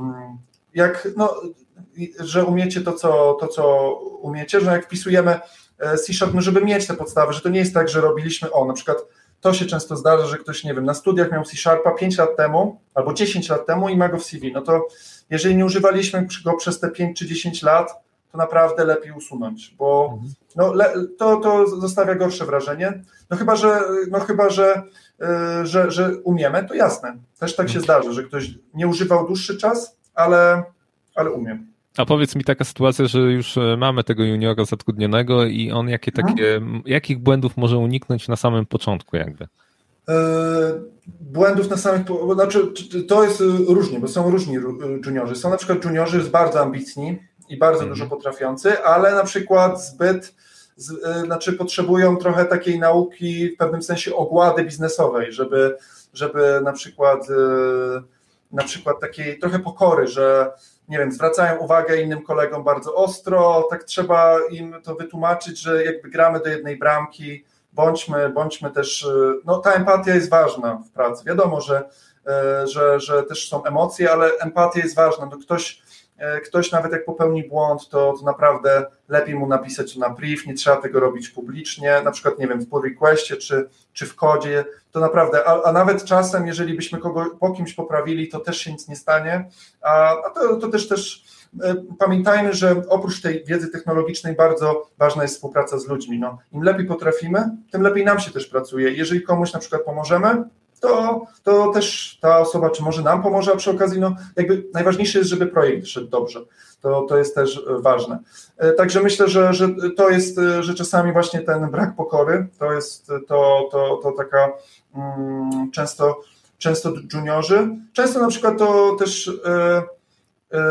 jak, no, że umiecie to co, to, co umiecie, że jak wpisujemy C-Sharp, no żeby mieć te podstawy, że to nie jest tak, że robiliśmy, o, na przykład to się często zdarza, że ktoś, nie wiem, na studiach miał C-Sharpa pięć lat temu albo dziesięć lat temu i ma go w C V, no to jeżeli nie używaliśmy go przez te pięć czy dziesięć lat, to naprawdę lepiej usunąć, bo no, to, to zostawia gorsze wrażenie. No chyba, że, no chyba, że, yy, że, że umiemy, to jasne. Też tak się zdarza, że ktoś nie używał dłuższy czas, ale, ale umie. A powiedz mi taka sytuacja, że już mamy tego juniora zatrudnionego i on jakie takie, hmm. jakich błędów może uniknąć na samym początku jakby? Yy, błędów na samych, znaczy to jest różnie, bo są różni juniorzy. Są na przykład juniorzy bardzo ambitni i bardzo hmm. dużo potrafiący, ale na przykład zbyt, z, yy, znaczy potrzebują trochę takiej nauki w pewnym sensie ogłady biznesowej, żeby, żeby na przykład yy, na przykład takiej trochę pokory, że nie wiem, zwracają uwagę innym kolegom bardzo ostro, tak trzeba im to wytłumaczyć, że jakby gramy do jednej bramki, bądźmy, bądźmy też, no ta empatia jest ważna w pracy, wiadomo, że, że, że też są emocje, ale empatia jest ważna, no ktoś, ktoś nawet jak popełni błąd, to, to naprawdę lepiej mu napisać na brief, nie trzeba tego robić publicznie, na przykład, nie wiem, w pull requestie czy, czy w kodzie, to naprawdę, a, a nawet czasem, jeżeli byśmy kogo, po kimś poprawili, to też się nic nie stanie, a, a to, to też też e, pamiętajmy, że oprócz tej wiedzy technologicznej bardzo ważna jest współpraca z ludźmi, no, im lepiej potrafimy, tym lepiej nam się też pracuje, jeżeli komuś na przykład pomożemy, to, to też ta osoba, czy może nam pomoże, a przy okazji, no jakby najważniejsze jest, żeby projekt szedł dobrze, to, to jest też ważne. Także myślę, że, że to jest, że czasami właśnie ten brak pokory, to jest to, to, to taka um, często, często juniorzy, często na przykład to też, yy, yy,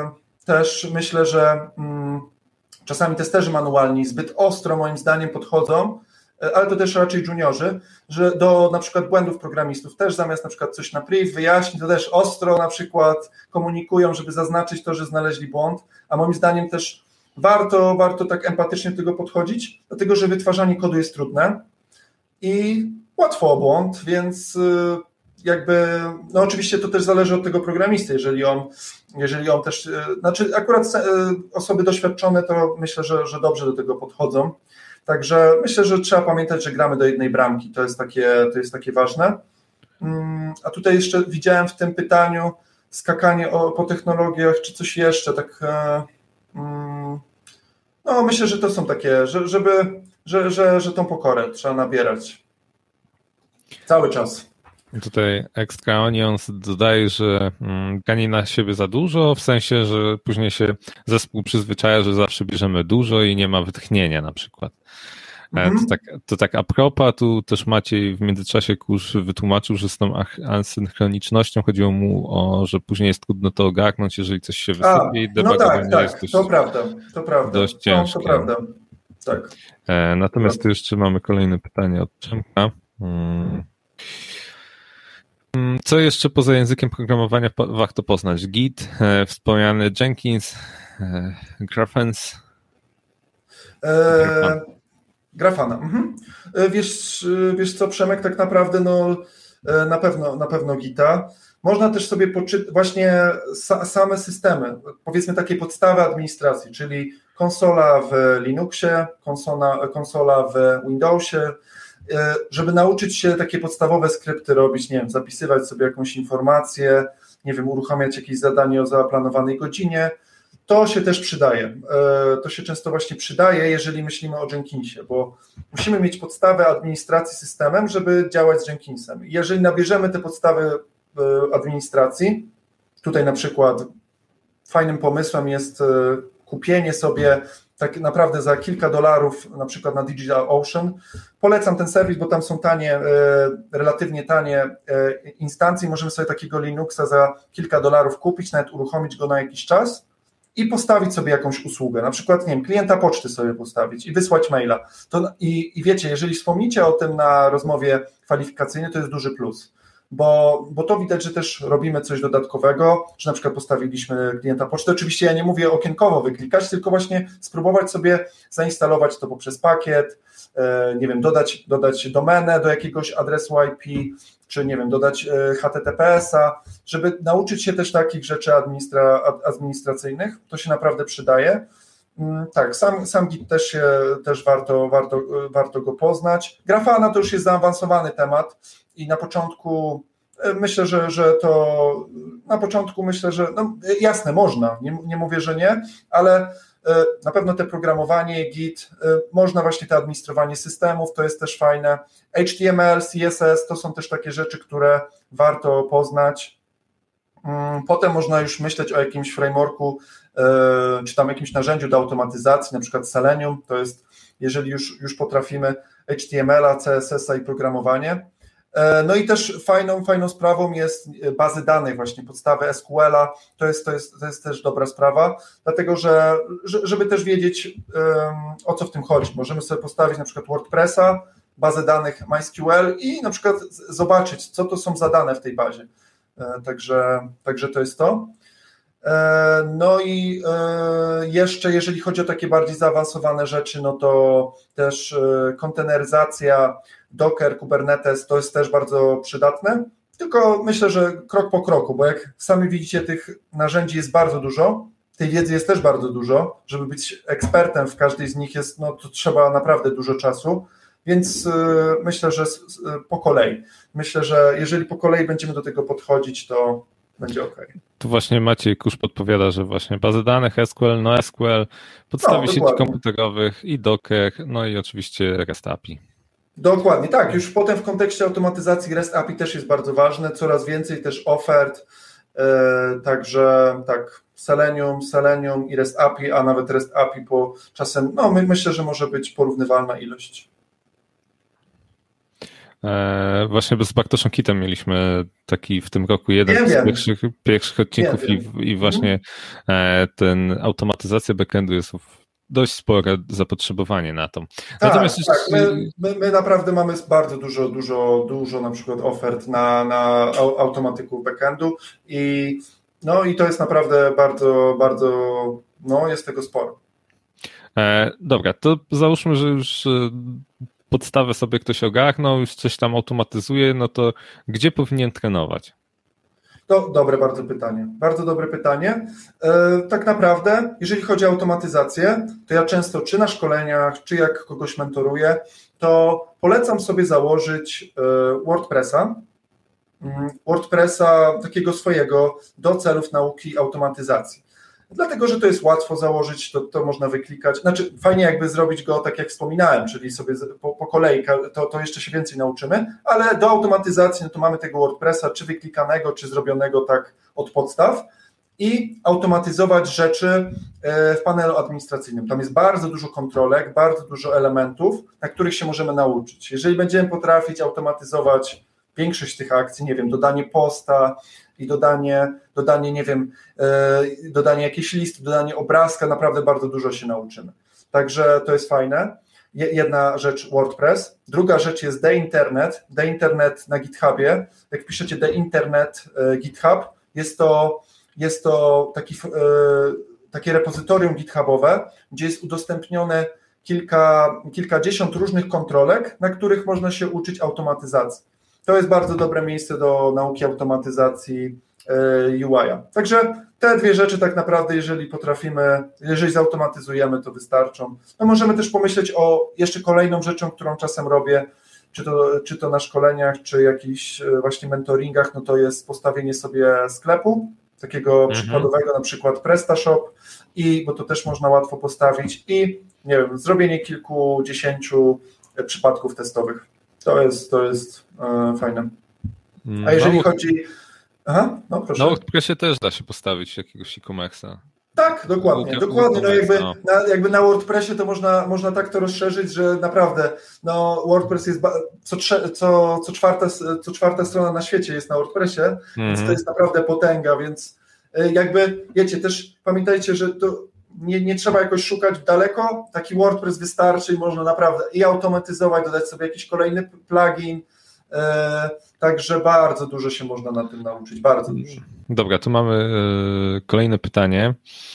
też myślę, że um, czasami testerzy manualni zbyt ostro moim zdaniem podchodzą, ale to też raczej juniorzy, że do na przykład błędów programistów też zamiast na przykład coś na priv wyjaśnić, to też ostro na przykład komunikują, żeby zaznaczyć to, że znaleźli błąd, a moim zdaniem też warto, warto tak empatycznie do tego podchodzić, dlatego że wytwarzanie kodu jest trudne i łatwo o błąd, więc jakby, no oczywiście to też zależy od tego programisty, jeżeli on, jeżeli on też, znaczy akurat osoby doświadczone to myślę, że, że dobrze do tego podchodzą. Także myślę, że trzeba pamiętać, że gramy do jednej bramki, to jest takie, to jest takie ważne. A tutaj jeszcze widziałem w tym pytaniu skakanie o, po technologiach, czy coś jeszcze, tak no myślę, że to są takie, że, żeby, że, że, że tą pokorę trzeba nabierać cały czas. Tutaj Extra Onions dodaje, że ganie na siebie za dużo, w sensie, że później się zespół przyzwyczaja, że zawsze bierzemy dużo i nie ma wytchnienia na przykład. Mm-hmm. To, tak, to tak a propos, tu też Maciej w międzyczasie kurz wytłumaczył, że z tą asynchronicznością chodziło mu o, że później jest trudno to ogarnąć, jeżeli coś się wysypie i debugowanie no tak, jest tak, dość, to prawda, to prawda. dość ciężkie. No, to prawda, tak. E, natomiast tu jeszcze mamy kolejne pytanie od Przemka. Hmm. Co jeszcze poza językiem programowania warto poznać? Git, e, wspomniany Jenkins, e, Grafana. E, Grafana. Mhm. Wiesz, wiesz co, Przemek, tak naprawdę no, na pewno, na pewno Gita. Można też sobie poczytać właśnie sa, same systemy, powiedzmy takie podstawy administracji, czyli konsola w Linuxie, konsola, konsola w Windowsie, żeby nauczyć się takie podstawowe skrypty robić, nie wiem, zapisywać sobie jakąś informację, nie wiem, uruchamiać jakieś zadanie o zaplanowanej godzinie, to się też przydaje. To się często właśnie przydaje, jeżeli myślimy o Jenkinsie, bo musimy mieć podstawę administracji systemem, żeby działać z Jenkinsem. Jeżeli nabierzemy te podstawy administracji, tutaj na przykład fajnym pomysłem jest kupienie sobie tak naprawdę za kilka dolarów, na przykład na DigitalOcean. Polecam ten serwis, bo tam są tanie, relatywnie tanie instancje. Możemy sobie takiego Linuxa za kilka dolarów kupić, nawet uruchomić go na jakiś czas i postawić sobie jakąś usługę, na przykład, nie wiem, klienta poczty sobie postawić i wysłać maila. To, i, i wiecie, jeżeli wspomnicie o tym na rozmowie kwalifikacyjnej, to jest duży plus. Bo, bo to widać, że też robimy coś dodatkowego, że na przykład postawiliśmy klienta poczty. Oczywiście ja nie mówię okienkowo wyklikać, tylko właśnie spróbować sobie zainstalować to poprzez pakiet, nie wiem, dodać, dodać domenę do jakiegoś adresu I P, czy nie wiem, dodać H T T P S-a, żeby nauczyć się też takich rzeczy administra, administracyjnych. To się naprawdę przydaje. Tak, sam, sam Git też się, też warto, warto, warto go poznać. Grafana to już jest zaawansowany temat i na początku myślę, że, że to na początku myślę, że no jasne, można, nie, nie mówię, że nie, ale na pewno te programowanie, Git, można właśnie to administrowanie systemów, to jest też fajne. H T M L, C S S to są też takie rzeczy, które warto poznać. Potem można już myśleć o jakimś frameworku, czy tam jakimś narzędziu do automatyzacji, na przykład Selenium, to jest, jeżeli już, już potrafimy H T M L-a, C S S-a i programowanie. No i też fajną, fajną sprawą jest bazy danych, właśnie podstawy S Q L-a, to jest, to jest, to jest też dobra sprawa, dlatego że, żeby też wiedzieć, o co w tym chodzi. Możemy sobie postawić na przykład WordPressa, bazę danych MySQL i na przykład zobaczyć, co to są za dane w tej bazie. Także, także to jest to. No i jeszcze jeżeli chodzi o takie bardziej zaawansowane rzeczy, no to też konteneryzacja, Docker, Kubernetes to jest też bardzo przydatne, tylko myślę, że krok po kroku, bo jak sami widzicie, tych narzędzi jest bardzo dużo, tej wiedzy jest też bardzo dużo, żeby być ekspertem w każdej z nich jest, no to trzeba naprawdę dużo czasu, więc myślę, że po kolei. Myślę, że jeżeli po kolei będziemy do tego podchodzić, to będzie ok. Tu właśnie Maciej Kusz podpowiada, że właśnie bazy danych, S Q L, NoSQL, podstawy no, sieci komputerowych i Docker, no i oczywiście REST A P I. Dokładnie, tak. Już potem w kontekście automatyzacji REST A P I też jest bardzo ważne, coraz więcej też ofert, yy, także tak, Selenium, Selenium i REST A P I, a nawet REST A P I po czasem, no my, myślę, że może być porównywalna ilość. E, właśnie z Bartoszem Kitem mieliśmy taki w tym roku jeden wiem, z wiem. Pierwszych, pierwszych odcinków wiem, i, i właśnie e, ten automatyzacja backendu jest dość spore zapotrzebowanie na to. Tak, Natomiast tak. My, my, my naprawdę mamy bardzo dużo, dużo, dużo na przykład ofert na, na automatyków backendu i no i to jest naprawdę bardzo, bardzo, no jest tego sporo. E, dobra, to załóżmy, że już podstawę sobie ktoś ogarnął, już coś tam automatyzuje, no to gdzie powinien trenować? To dobre bardzo pytanie. Bardzo dobre pytanie. E, tak naprawdę, jeżeli chodzi o automatyzację, to ja często czy na szkoleniach, czy jak kogoś mentoruję, to polecam sobie założyć e, WordPressa, WordPressa takiego swojego do celów nauki automatyzacji. Dlatego, że to jest łatwo założyć, to, to można wyklikać. Znaczy fajnie jakby zrobić go tak jak wspominałem, czyli sobie po, po kolei, to, to jeszcze się więcej nauczymy, ale do automatyzacji no to mamy tego WordPressa, czy wyklikanego, czy zrobionego tak od podstaw i automatyzować rzeczy w panelu administracyjnym. Tam jest bardzo dużo kontrolek, bardzo dużo elementów, na których się możemy nauczyć. Jeżeli będziemy potrafić automatyzować większość tych akcji, nie wiem, dodanie posta i dodanie, dodanie nie wiem, yy, dodanie jakiejś listy, dodanie obrazka, naprawdę bardzo dużo się nauczymy. Także to jest fajne. Jedna rzecz WordPress, druga rzecz jest The Internet, The Internet na GitHubie. Jak piszecie The Internet yy, GitHub, jest to, jest to taki, yy, takie repozytorium GitHubowe, gdzie jest udostępnione kilka, kilkadziesiąt różnych kontrolek, na których można się uczyć automatyzacji. To jest bardzo dobre miejsce do nauki automatyzacji U I-a. Także te dwie rzeczy tak naprawdę, jeżeli potrafimy, jeżeli zautomatyzujemy, to wystarczą. No możemy też pomyśleć o jeszcze kolejną rzeczą, którą czasem robię, czy to, czy to na szkoleniach, czy jakichś właśnie mentoringach, no to jest postawienie sobie sklepu, takiego mhm. przykładowego, na przykład PrestaShop, i, bo to też można łatwo postawić i nie wiem, zrobienie kilkudziesięciu przypadków testowych. To jest, to jest e, fajne. A jeżeli no, chodzi... Aha, no proszę. Na WordPressie też da się postawić jakiegoś e-commerce'a. Tak, dokładnie, Google, dokładnie. No jakby, no. na, jakby na WordPressie to można, można tak to rozszerzyć, że naprawdę no WordPress jest ba- co, co, co, czwarta, co czwarta strona na świecie jest na WordPressie, mm-hmm. więc to jest naprawdę potęga, więc jakby, wiecie, też pamiętajcie, że to nie, nie trzeba jakoś szukać daleko, taki WordPress wystarczy i można naprawdę i automatyzować, dodać sobie jakiś kolejny plugin, także bardzo dużo się można na tym nauczyć, bardzo dużo. Dobra, tu mamy kolejne pytanie.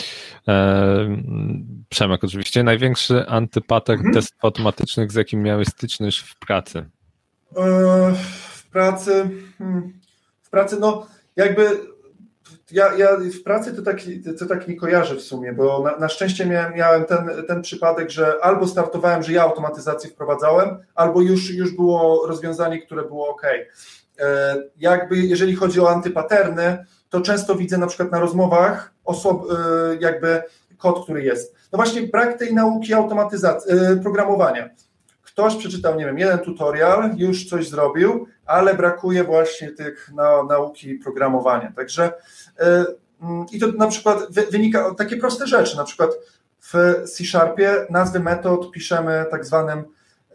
Przemek oczywiście. Największy antypater mhm. testów automatycznych, z jakim miałeś styczność w pracy? W pracy, w pracy, no jakby ja, ja w pracy to tak, to tak nie kojarzę w sumie, bo na, na szczęście miałem, miałem ten, ten przypadek, że albo startowałem, że ja automatyzację wprowadzałem, albo już, już było rozwiązanie, które było ok. Jakby jeżeli chodzi o antypaterny, to często widzę na przykład na rozmowach osob, jakby kod, który jest. No właśnie brak tej nauki automatyzacji, programowania. Ktoś przeczytał, nie wiem, jeden tutorial, już coś zrobił, ale brakuje właśnie tych na, nauki programowania. Także i to na przykład wynika takie proste rzeczy, na przykład w C Sharpie nazwy metod piszemy tak zwanym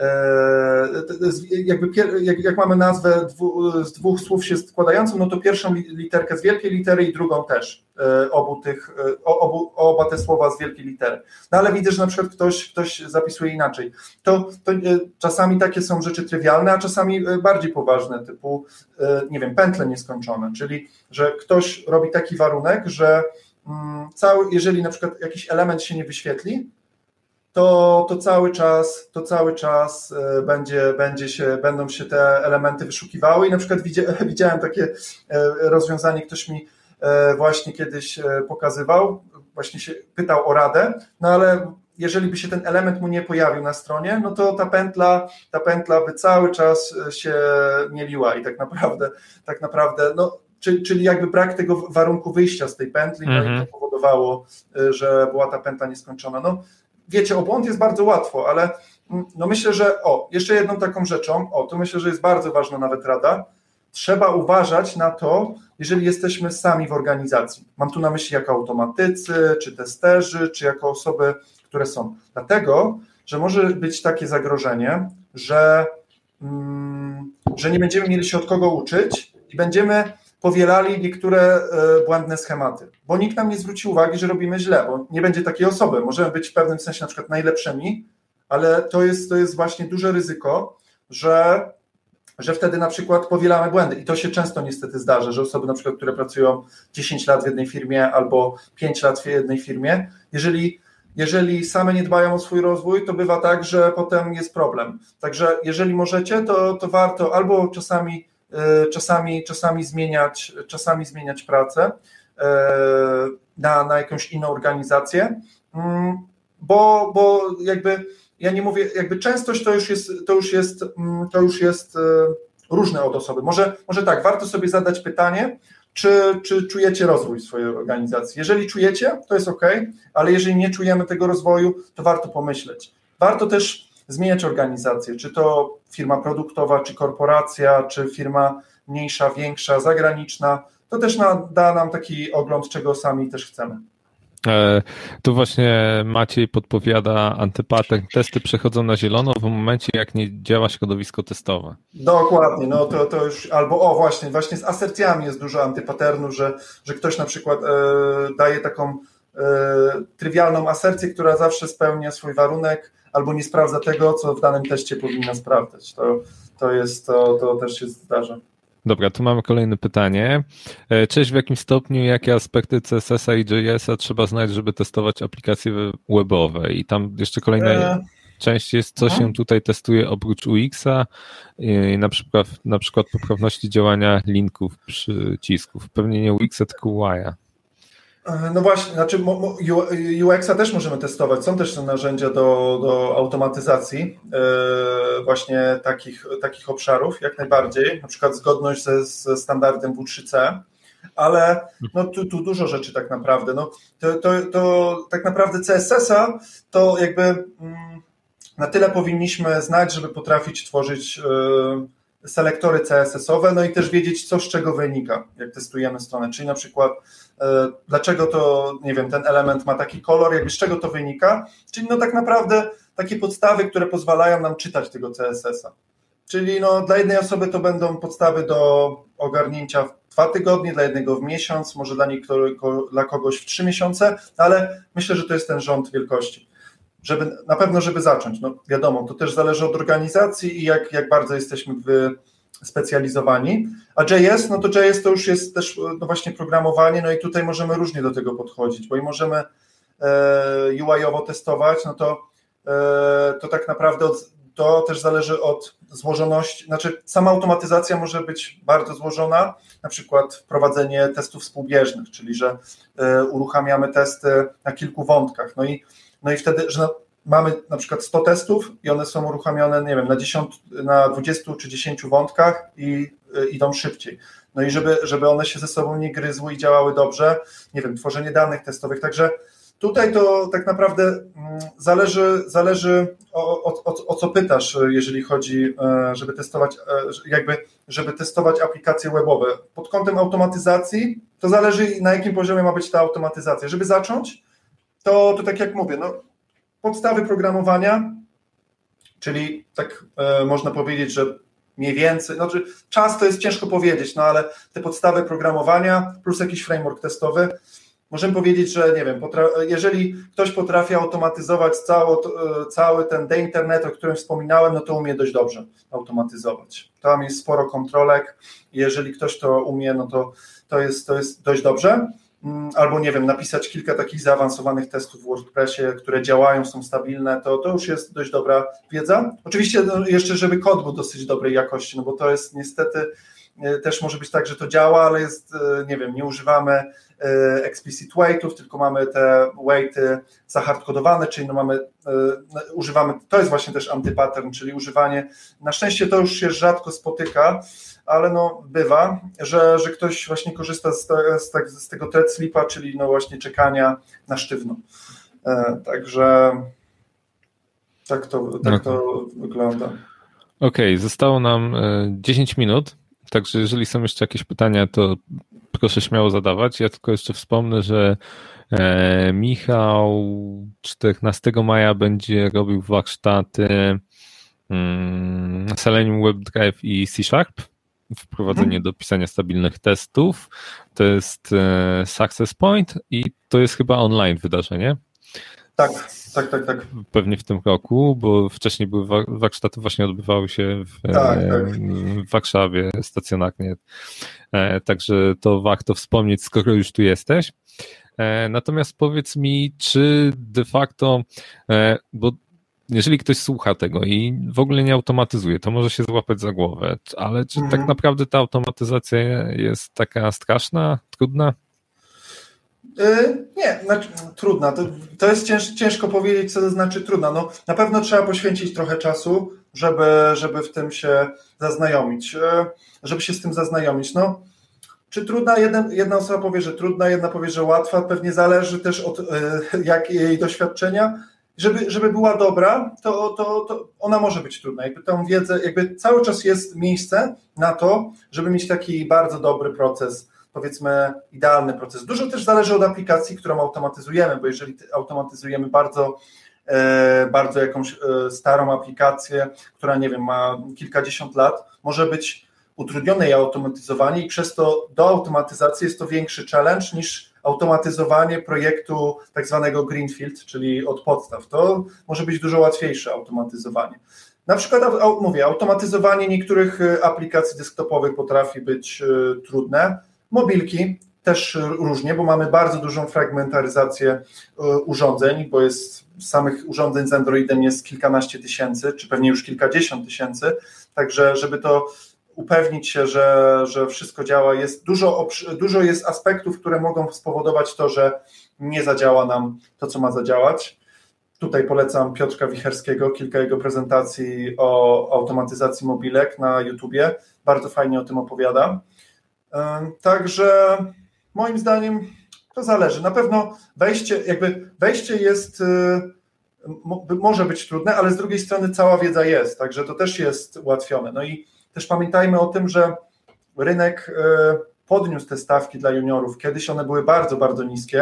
jakby jak, jak mamy nazwę dwu, z dwóch słów się składającą, no to pierwszą literkę z wielkiej litery i drugą też, obu tych, obu, oba te słowa z wielkiej litery. No ale widzę, że na przykład ktoś, ktoś zapisuje inaczej. To, to czasami takie są rzeczy trywialne, a czasami bardziej poważne, typu, nie wiem, pętle nieskończone, czyli, że ktoś robi taki warunek, że cały, jeżeli na przykład jakiś element się nie wyświetli, to, to cały czas, to cały czas będzie, będzie się, będą się te elementy wyszukiwały i na przykład widziałem takie rozwiązanie, ktoś mi właśnie kiedyś pokazywał, właśnie się pytał o radę, no ale jeżeli by się ten element mu nie pojawił na stronie, no to ta pętla, ta pętla by cały czas się mieliła i tak naprawdę, tak naprawdę, no czyli jakby brak tego warunku wyjścia z tej pętli, no mm-hmm. i to powodowało, że była ta pętla nieskończona. No, wiecie, o błąd jest bardzo łatwo, ale no myślę, że o, jeszcze jedną taką rzeczą, o, to myślę, że jest bardzo ważna nawet rada, trzeba uważać na to, jeżeli jesteśmy sami w organizacji. Mam tu na myśli jako automatycy, czy testerzy, czy jako osoby, które są. Dlatego, że może być takie zagrożenie, że, mm, że nie będziemy mieli się od kogo uczyć i będziemy powielali niektóre błędne schematy, bo nikt nam nie zwróci uwagi, że robimy źle, bo nie będzie takiej osoby. Możemy być w pewnym sensie na przykład najlepszymi, ale to jest, to jest właśnie duże ryzyko, że, że wtedy na przykład powielamy błędy i to się często niestety zdarza, że osoby na przykład, które pracują dziesięć lat w jednej firmie albo pięć lat w jednej firmie, jeżeli, jeżeli same nie dbają o swój rozwój, to bywa tak, że potem jest problem. Także jeżeli możecie, to, to warto albo czasami Czasami, czasami, zmieniać, czasami zmieniać pracę na, na jakąś inną organizację, bo, bo jakby ja nie mówię, jakby częstość to już jest, to już jest, to już jest różne od osoby. Może, może tak, warto sobie zadać pytanie, czy, czy czujecie rozwój w swojej organizacji. Jeżeli czujecie, to jest ok, ale jeżeli nie czujemy tego rozwoju, to warto pomyśleć. Warto też zmieniać organizację, czy to firma produktowa, czy korporacja, czy firma mniejsza, większa, zagraniczna, to też na, da nam taki ogląd, czego sami też chcemy. E, tu właśnie Maciej podpowiada, antypater, testy przechodzą na zielono w momencie, jak nie działa środowisko testowe. Dokładnie, no to, to już, albo o właśnie, właśnie z asercjami jest dużo antypaternów, że, że ktoś na przykład e, daje taką e, trywialną asercję, która zawsze spełnia swój warunek, albo nie sprawdza tego, co w danym teście powinna sprawdzać. To, to jest, to, to też się zdarza. Dobra, tu mamy kolejne pytanie. Cześć, w jakim stopniu, jakie aspekty C S S a i J S a trzeba znać, żeby testować aplikacje webowe? I tam jeszcze kolejna e... część jest, co się tutaj testuje oprócz U X a, na przykład, na przykład poprawności działania linków, przycisków. Pewnie nie U X a, tylko U I a. No właśnie, znaczy U X a też możemy testować, są też narzędzia do, do automatyzacji yy, właśnie takich, takich obszarów, jak najbardziej, na przykład zgodność ze, ze standardem W trzy C, ale no, tu, tu dużo rzeczy tak naprawdę, no, to, to, to tak naprawdę C S S a to jakby mm, na tyle powinniśmy znać, żeby potrafić tworzyć yy, selektory C S S owe, no i też wiedzieć, co z czego wynika, jak testujemy stronę, czyli na przykład dlaczego to, nie wiem, ten element ma taki kolor, jakby z czego to wynika, czyli no tak naprawdę takie podstawy, które pozwalają nam czytać tego C S S a. czyli no, dla jednej osoby to będą podstawy do ogarnięcia w dwa tygodnie, dla jednego w miesiąc, może dla niektórych, dla kogoś w trzy miesiące, ale myślę, że to jest ten rząd wielkości. Żeby, na pewno, żeby zacząć. No wiadomo, to też zależy od organizacji i jak, jak bardzo jesteśmy wyspecjalizowani. A J S, no to J S to już jest też no właśnie programowanie, no i tutaj możemy różnie do tego podchodzić, bo i możemy e, U I-owo testować, no to, e, to tak naprawdę od, to też zależy od złożoności, znaczy sama automatyzacja może być bardzo złożona, na przykład wprowadzenie testów współbieżnych, czyli że e, uruchamiamy testy na kilku wątkach, no i No i wtedy, że mamy na przykład sto testów i one są uruchamiane, nie wiem, na, dziesięć, na dwudziestu czy dziesięciu wątkach i y, idą szybciej. No i żeby, żeby one się ze sobą nie gryzły i działały dobrze, nie wiem, tworzenie danych testowych. Także tutaj to tak naprawdę mm, zależy, zależy o, o, o, o co pytasz, jeżeli chodzi, żeby testować, jakby, żeby testować aplikacje webowe. Pod kątem automatyzacji to zależy, na jakim poziomie ma być ta automatyzacja. Żeby zacząć, To, to tak jak mówię, no, podstawy programowania, czyli tak e, można powiedzieć, że mniej więcej, znaczy czas to jest ciężko powiedzieć, no ale te podstawy programowania plus jakiś framework testowy, możemy powiedzieć, że nie wiem, potra- jeżeli ktoś potrafi automatyzować cały, cały ten day internet, o którym wspominałem, no to umie dość dobrze automatyzować. Tam jest sporo kontrolek, jeżeli ktoś to umie, no to, to, jest, to jest dość dobrze. Albo nie wiem, napisać kilka takich zaawansowanych testów w WordPressie, które działają, są stabilne, to, to już jest dość dobra wiedza. Oczywiście no, jeszcze, żeby kod był dosyć dobrej jakości, no bo to jest niestety, też może być tak, że to działa, ale jest, nie wiem, nie używamy explicit waitów, tylko mamy te waity zahardkodowane, czyli no mamy, używamy, to jest właśnie też antypattern, czyli używanie, na szczęście to już się rzadko spotyka, ale no bywa, że, że ktoś właśnie korzysta z, z, z tego thread sleepa, czyli no właśnie czekania na sztywno. E, także tak to, tak to wygląda. Okej, okay, zostało nam dziesięć minut, także jeżeli są jeszcze jakieś pytania, to proszę śmiało zadawać. Ja tylko jeszcze wspomnę, że e, Michał czternastego maja będzie robił warsztaty mm, Selenium WebDrive i C Sharp. Wprowadzenie hmm. do pisania stabilnych testów. To jest e, Success Point i to jest chyba online wydarzenie. Tak, tak, tak, tak. Pewnie w tym roku, bo wcześniej były warsztaty, właśnie odbywały się w, tak, e, tak. w Warszawie stacjonarnie. E, także to warto wspomnieć, skoro już tu jesteś. E, natomiast powiedz mi, czy de facto, e, bo jeżeli ktoś słucha tego i w ogóle nie automatyzuje, to może się złapać za głowę, ale czy mhm. tak naprawdę ta automatyzacja jest taka straszna, trudna? Yy, nie, znaczy, trudna. To, to jest cięż, ciężko powiedzieć, co to znaczy trudna. No, na pewno trzeba poświęcić trochę czasu, żeby, żeby w tym się zaznajomić, yy, żeby się z tym zaznajomić. No, czy trudna? Jedna, jedna osoba powie, że trudna, jedna powie, że łatwa. Pewnie zależy też od yy, jak jej doświadczenia. Żeby, żeby była dobra, to, to, to ona może być trudna. Jakby tą wiedzę, jakby cały czas jest miejsce na to, żeby mieć taki bardzo dobry proces, powiedzmy idealny proces. Dużo też zależy od aplikacji, którą automatyzujemy, bo jeżeli automatyzujemy bardzo, e, bardzo jakąś e, starą aplikację, która nie wiem, ma kilkadziesiąt lat, może być utrudnione jej automatyzowanie i przez to do automatyzacji jest to większy challenge niż automatyzowanie projektu tak zwanego greenfield, czyli od podstaw. To może być dużo łatwiejsze automatyzowanie. Na przykład, mówię, automatyzowanie niektórych aplikacji desktopowych potrafi być trudne. Mobilki też różnie, bo mamy bardzo dużą fragmentaryzację urządzeń, bo jest samych urządzeń z Androidem jest kilkanaście tysięcy, czy pewnie już kilkadziesiąt tysięcy, także żeby to upewnić się, że, że wszystko działa, jest dużo, dużo jest aspektów, które mogą spowodować to, że nie zadziała nam to, co ma zadziałać. Tutaj polecam Piotrka Wicherskiego, kilka jego prezentacji o automatyzacji mobilek na YouTubie, bardzo fajnie o tym opowiada. Także moim zdaniem to zależy. Na pewno wejście, jakby wejście jest, może być trudne, ale z drugiej strony cała wiedza jest, także to też jest ułatwione. No i też pamiętajmy o tym, że rynek podniósł te stawki dla juniorów. Kiedyś one były bardzo, bardzo niskie,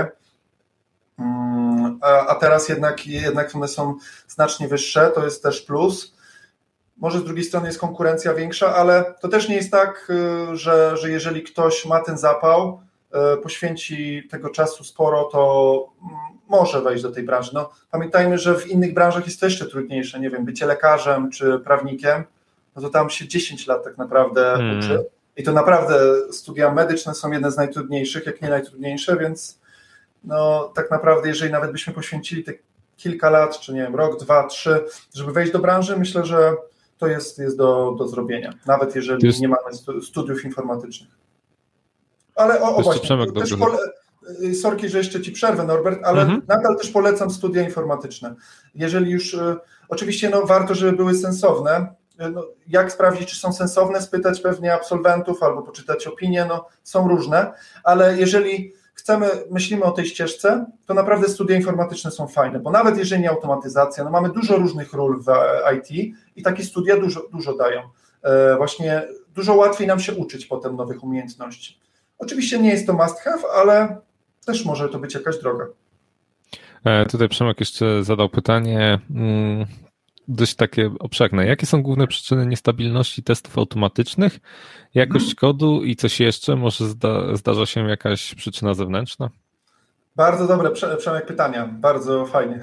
a teraz jednak, jednak one są znacznie wyższe, to jest też plus. może z drugiej strony jest konkurencja większa, ale to też nie jest tak, że, że jeżeli ktoś ma ten zapał, poświęci tego czasu sporo, to może wejść do tej branży. No, pamiętajmy, że w innych branżach jest to jeszcze trudniejsze, nie wiem, bycie lekarzem czy prawnikiem, no to tam się dziesięć lat tak naprawdę hmm. uczy i to naprawdę studia medyczne są jedne z najtrudniejszych, jak nie najtrudniejsze, więc no tak naprawdę jeżeli nawet byśmy poświęcili te kilka lat, czy nie wiem, rok, dwa, trzy, żeby wejść do branży, myślę, że to jest, jest do, do zrobienia, nawet jeżeli jest... nie mamy studiów informatycznych. Ale o, o właśnie, Przemek, też pole... sorki, że jeszcze Ci przerwę, Norbert, ale mhm. nadal też polecam studia informatyczne. Jeżeli już, oczywiście no, warto, żeby były sensowne. No, jak sprawdzić, czy są sensowne? Spytać pewnie absolwentów albo poczytać opinie, no, są różne, ale jeżeli chcemy, myślimy o tej ścieżce, to naprawdę studia informatyczne są fajne, bo nawet jeżeli nie automatyzacja, no mamy dużo różnych ról w I T i takie studia dużo, dużo dają. E, właśnie dużo łatwiej nam się uczyć potem nowych umiejętności. Oczywiście nie jest to must have, ale też może to być jakaś droga. E, tutaj Przemek jeszcze zadał pytanie, mm, dość takie obszerne. Jakie są główne przyczyny niestabilności testów automatycznych? Jakość kodu i coś jeszcze? Może zda, zdarza się jakaś przyczyna zewnętrzna? Bardzo dobre, Przemek, pytania. Bardzo fajnie.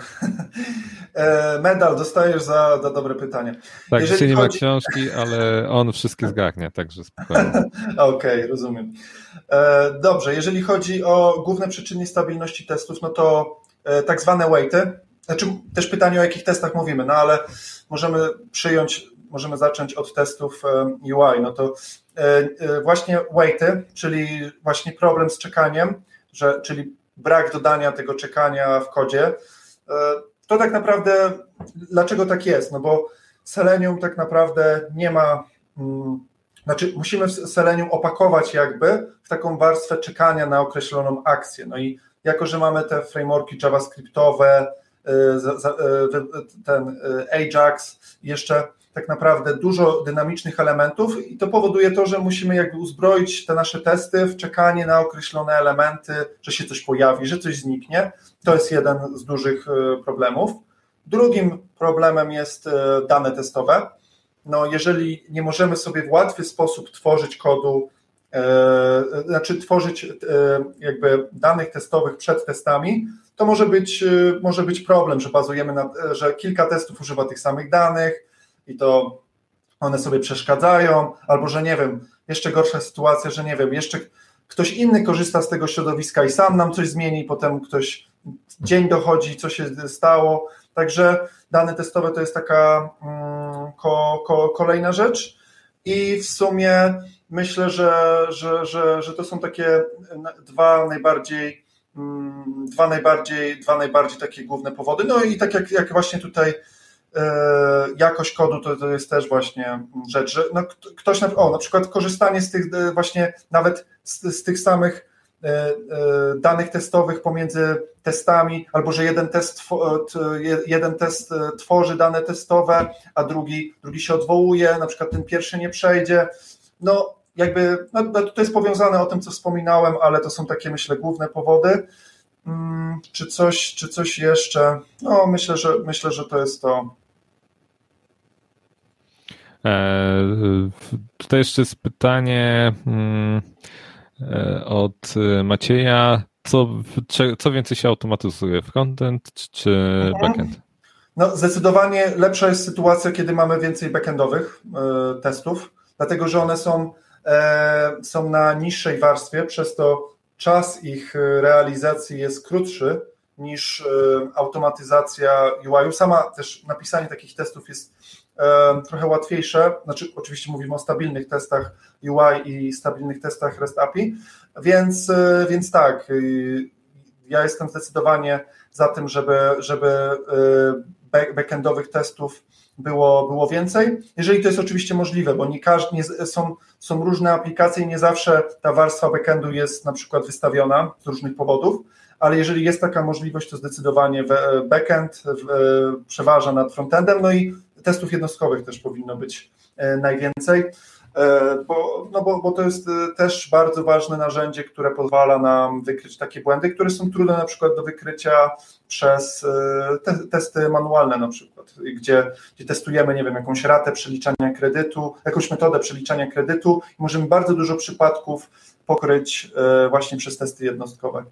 Medal dostajesz za, za dobre pytania. Tak, Jeżeli dzisiaj nie chodzi... ma książki, ale on wszystkie zgarnia, także spokojnie. Okej, okay, rozumiem. Dobrze, jeżeli chodzi o główne przyczyny stabilności testów, no to tak zwane weighty. Znaczy też pytanie, o jakich testach mówimy, no ale możemy przyjąć, możemy zacząć od testów U I. No to właśnie weighty, czyli właśnie problem z czekaniem, że, czyli brak dodania tego czekania w kodzie, to tak naprawdę, dlaczego tak jest? No bo Selenium tak naprawdę nie ma, znaczy musimy Selenium opakować jakby w taką warstwę czekania na określoną akcję. No i jako, że mamy te frameworki javascriptowe, ten Ajax, jeszcze tak naprawdę dużo dynamicznych elementów i to powoduje to, że musimy jakby uzbroić te nasze testy w czekanie na określone elementy, że się coś pojawi, że coś zniknie. To jest jeden z dużych problemów. Drugim problemem jest dane testowe. No jeżeli nie możemy sobie w łatwy sposób tworzyć kodu, znaczy tworzyć jakby danych testowych przed testami, to może być, może być problem, że bazujemy na, że kilka testów używa tych samych danych i to one sobie przeszkadzają, albo że nie wiem, jeszcze gorsza sytuacja, że nie wiem, jeszcze ktoś inny korzysta z tego środowiska i sam nam coś zmieni, potem ktoś dzień dochodzi, co się stało, także dane testowe to jest taka mm, ko, ko, kolejna rzecz i w sumie myślę, że, że, że, że to są takie dwa najbardziej Dwa najbardziej, dwa najbardziej takie główne powody. No i tak jak, jak właśnie tutaj e, jakość kodu, to, to jest też właśnie rzecz, że no, ktoś, na, o, na przykład korzystanie z tych właśnie nawet z, z tych samych e, e, danych testowych pomiędzy testami, albo że jeden test, jeden test tworzy dane testowe, a drugi, drugi się odwołuje, na przykład ten pierwszy nie przejdzie. No jakby, no, to jest powiązane o tym, co wspominałem, ale to są takie, myślę, główne powody. Hmm, czy coś, czy coś jeszcze? No, myślę, że myślę, że to jest to. E, tutaj jeszcze jest pytanie hmm, od Macieja. Co, co więcej się automatyzuje? Frontend czy mhm. backend? No, zdecydowanie lepsza jest sytuacja, kiedy mamy więcej backendowych y, testów, dlatego że one są są na niższej warstwie, przez to czas ich realizacji jest krótszy niż automatyzacja U I-u. Sama też napisanie takich testów jest trochę łatwiejsze, znaczy oczywiście mówimy o stabilnych testach U I i stabilnych testach REST A P I, więc, więc tak, ja jestem zdecydowanie za tym, żeby, żeby backendowych testów było, było więcej, jeżeli to jest oczywiście możliwe, bo nie każdy, nie, są, są różne aplikacje i nie zawsze ta warstwa backendu jest na przykład wystawiona z różnych powodów, ale jeżeli jest taka możliwość, to zdecydowanie backend przeważa nad frontendem, no i testów jednostkowych też powinno być najwięcej. bo, no bo, bo to jest też bardzo ważne narzędzie, które pozwala nam wykryć takie błędy, które są trudne na przykład do wykrycia przez te, testy manualne na przykład, gdzie, gdzie testujemy, nie wiem, jakąś ratę przeliczania kredytu, jakąś metodę przeliczania kredytu i możemy bardzo dużo przypadków pokryć właśnie przez testy jednostkowe.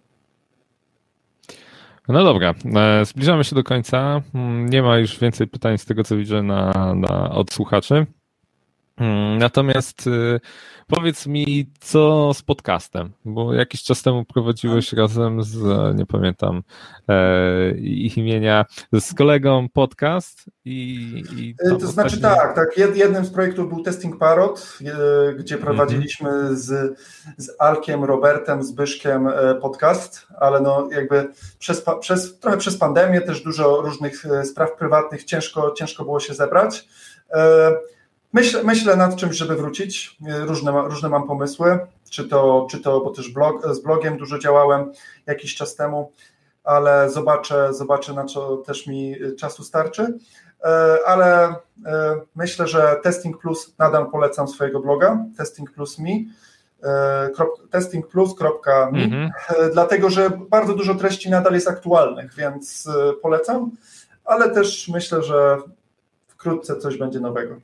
No dobra, zbliżamy się do końca. Nie ma już więcej pytań z tego, co widzę na, na, od słuchaczy. Natomiast powiedz mi, co z podcastem, bo jakiś czas temu prowadziłeś razem z, nie pamiętam ich imienia, z kolegą podcast i... i to znaczy ostatnio... tak, tak, jednym z projektów był Testing Parrot, gdzie prowadziliśmy mm-hmm. z, z Alkiem, Robertem, Zbyszkiem podcast, ale no jakby przez, przez, trochę przez pandemię, też dużo różnych spraw prywatnych, ciężko, ciężko było się zebrać. Myślę, myślę nad czymś, żeby wrócić. Różne, różne mam pomysły, czy to, czy to, bo też blog, z blogiem dużo działałem jakiś czas temu, ale zobaczę, zobaczę, na co też mi czasu starczy. Ale myślę, że Testing Plus nadal polecam swojego bloga, testing plus me, testing plus kropka me, mm-hmm. dlatego że bardzo dużo treści nadal jest aktualnych, więc polecam, ale też myślę, że wkrótce coś będzie nowego.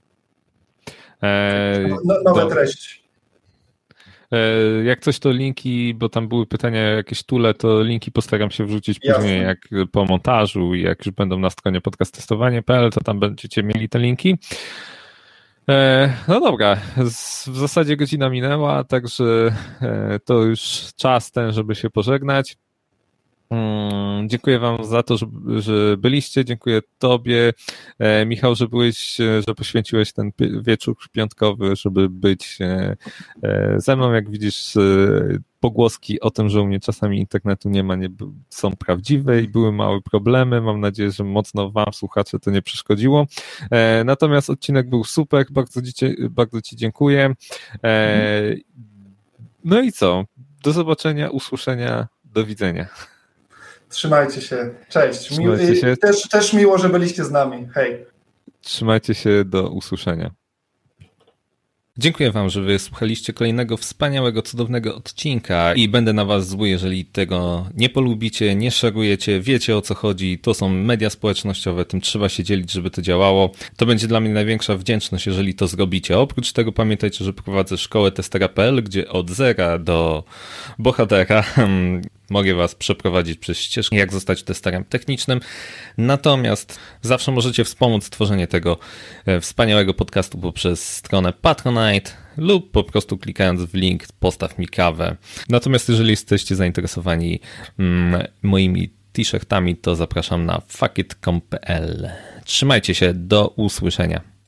Eee, no, nowe do, treści. Eee, jak coś to linki, bo tam były pytania jakieś tule, to linki postaram się wrzucić później. Jasne. Jak po montażu i jak już będą na stronie podcast testowanie kropka p l, to tam będziecie mieli te linki. Eee, no dobra, z, w zasadzie godzina minęła, także e, to już czas ten, żeby się pożegnać. Hmm, dziękuję wam za to, że, że byliście, dziękuję tobie, e, Michał, że byłeś, że poświęciłeś ten wieczór piątkowy, żeby być e, ze mną. Jak widzisz, e, pogłoski o tym, że u mnie czasami internetu nie ma, nie, są prawdziwe i były małe problemy. Mam nadzieję, że mocno wam, słuchacze, to nie przeszkodziło. E, natomiast odcinek był super, bardzo ci, bardzo ci dziękuję. E, no i co? Do zobaczenia, usłyszenia, do widzenia. Trzymajcie się. Cześć. Trzymajcie się. Też, też miło, że byliście z nami. Hej. Trzymajcie się, do usłyszenia. Dziękuję wam, że wysłuchaliście kolejnego wspaniałego, cudownego odcinka i będę na was zły, jeżeli tego nie polubicie, nie szerujecie, wiecie o co chodzi, to są media społecznościowe, tym trzeba się dzielić, żeby to działało. To będzie dla mnie największa wdzięczność, jeżeli to zrobicie. Oprócz tego pamiętajcie, że prowadzę szkołę testera kropka p l, gdzie od zera do bohatera mogę was przeprowadzić przez ścieżkę, jak zostać testerem technicznym. Natomiast zawsze możecie wspomóc tworzenie tego wspaniałego podcastu poprzez stronę Patronite lub po prostu klikając w link postaw mi kawę. Natomiast jeżeli jesteście zainteresowani mm, moimi t-shirtami, to zapraszam na fuckit kropka p l. Trzymajcie się, do usłyszenia.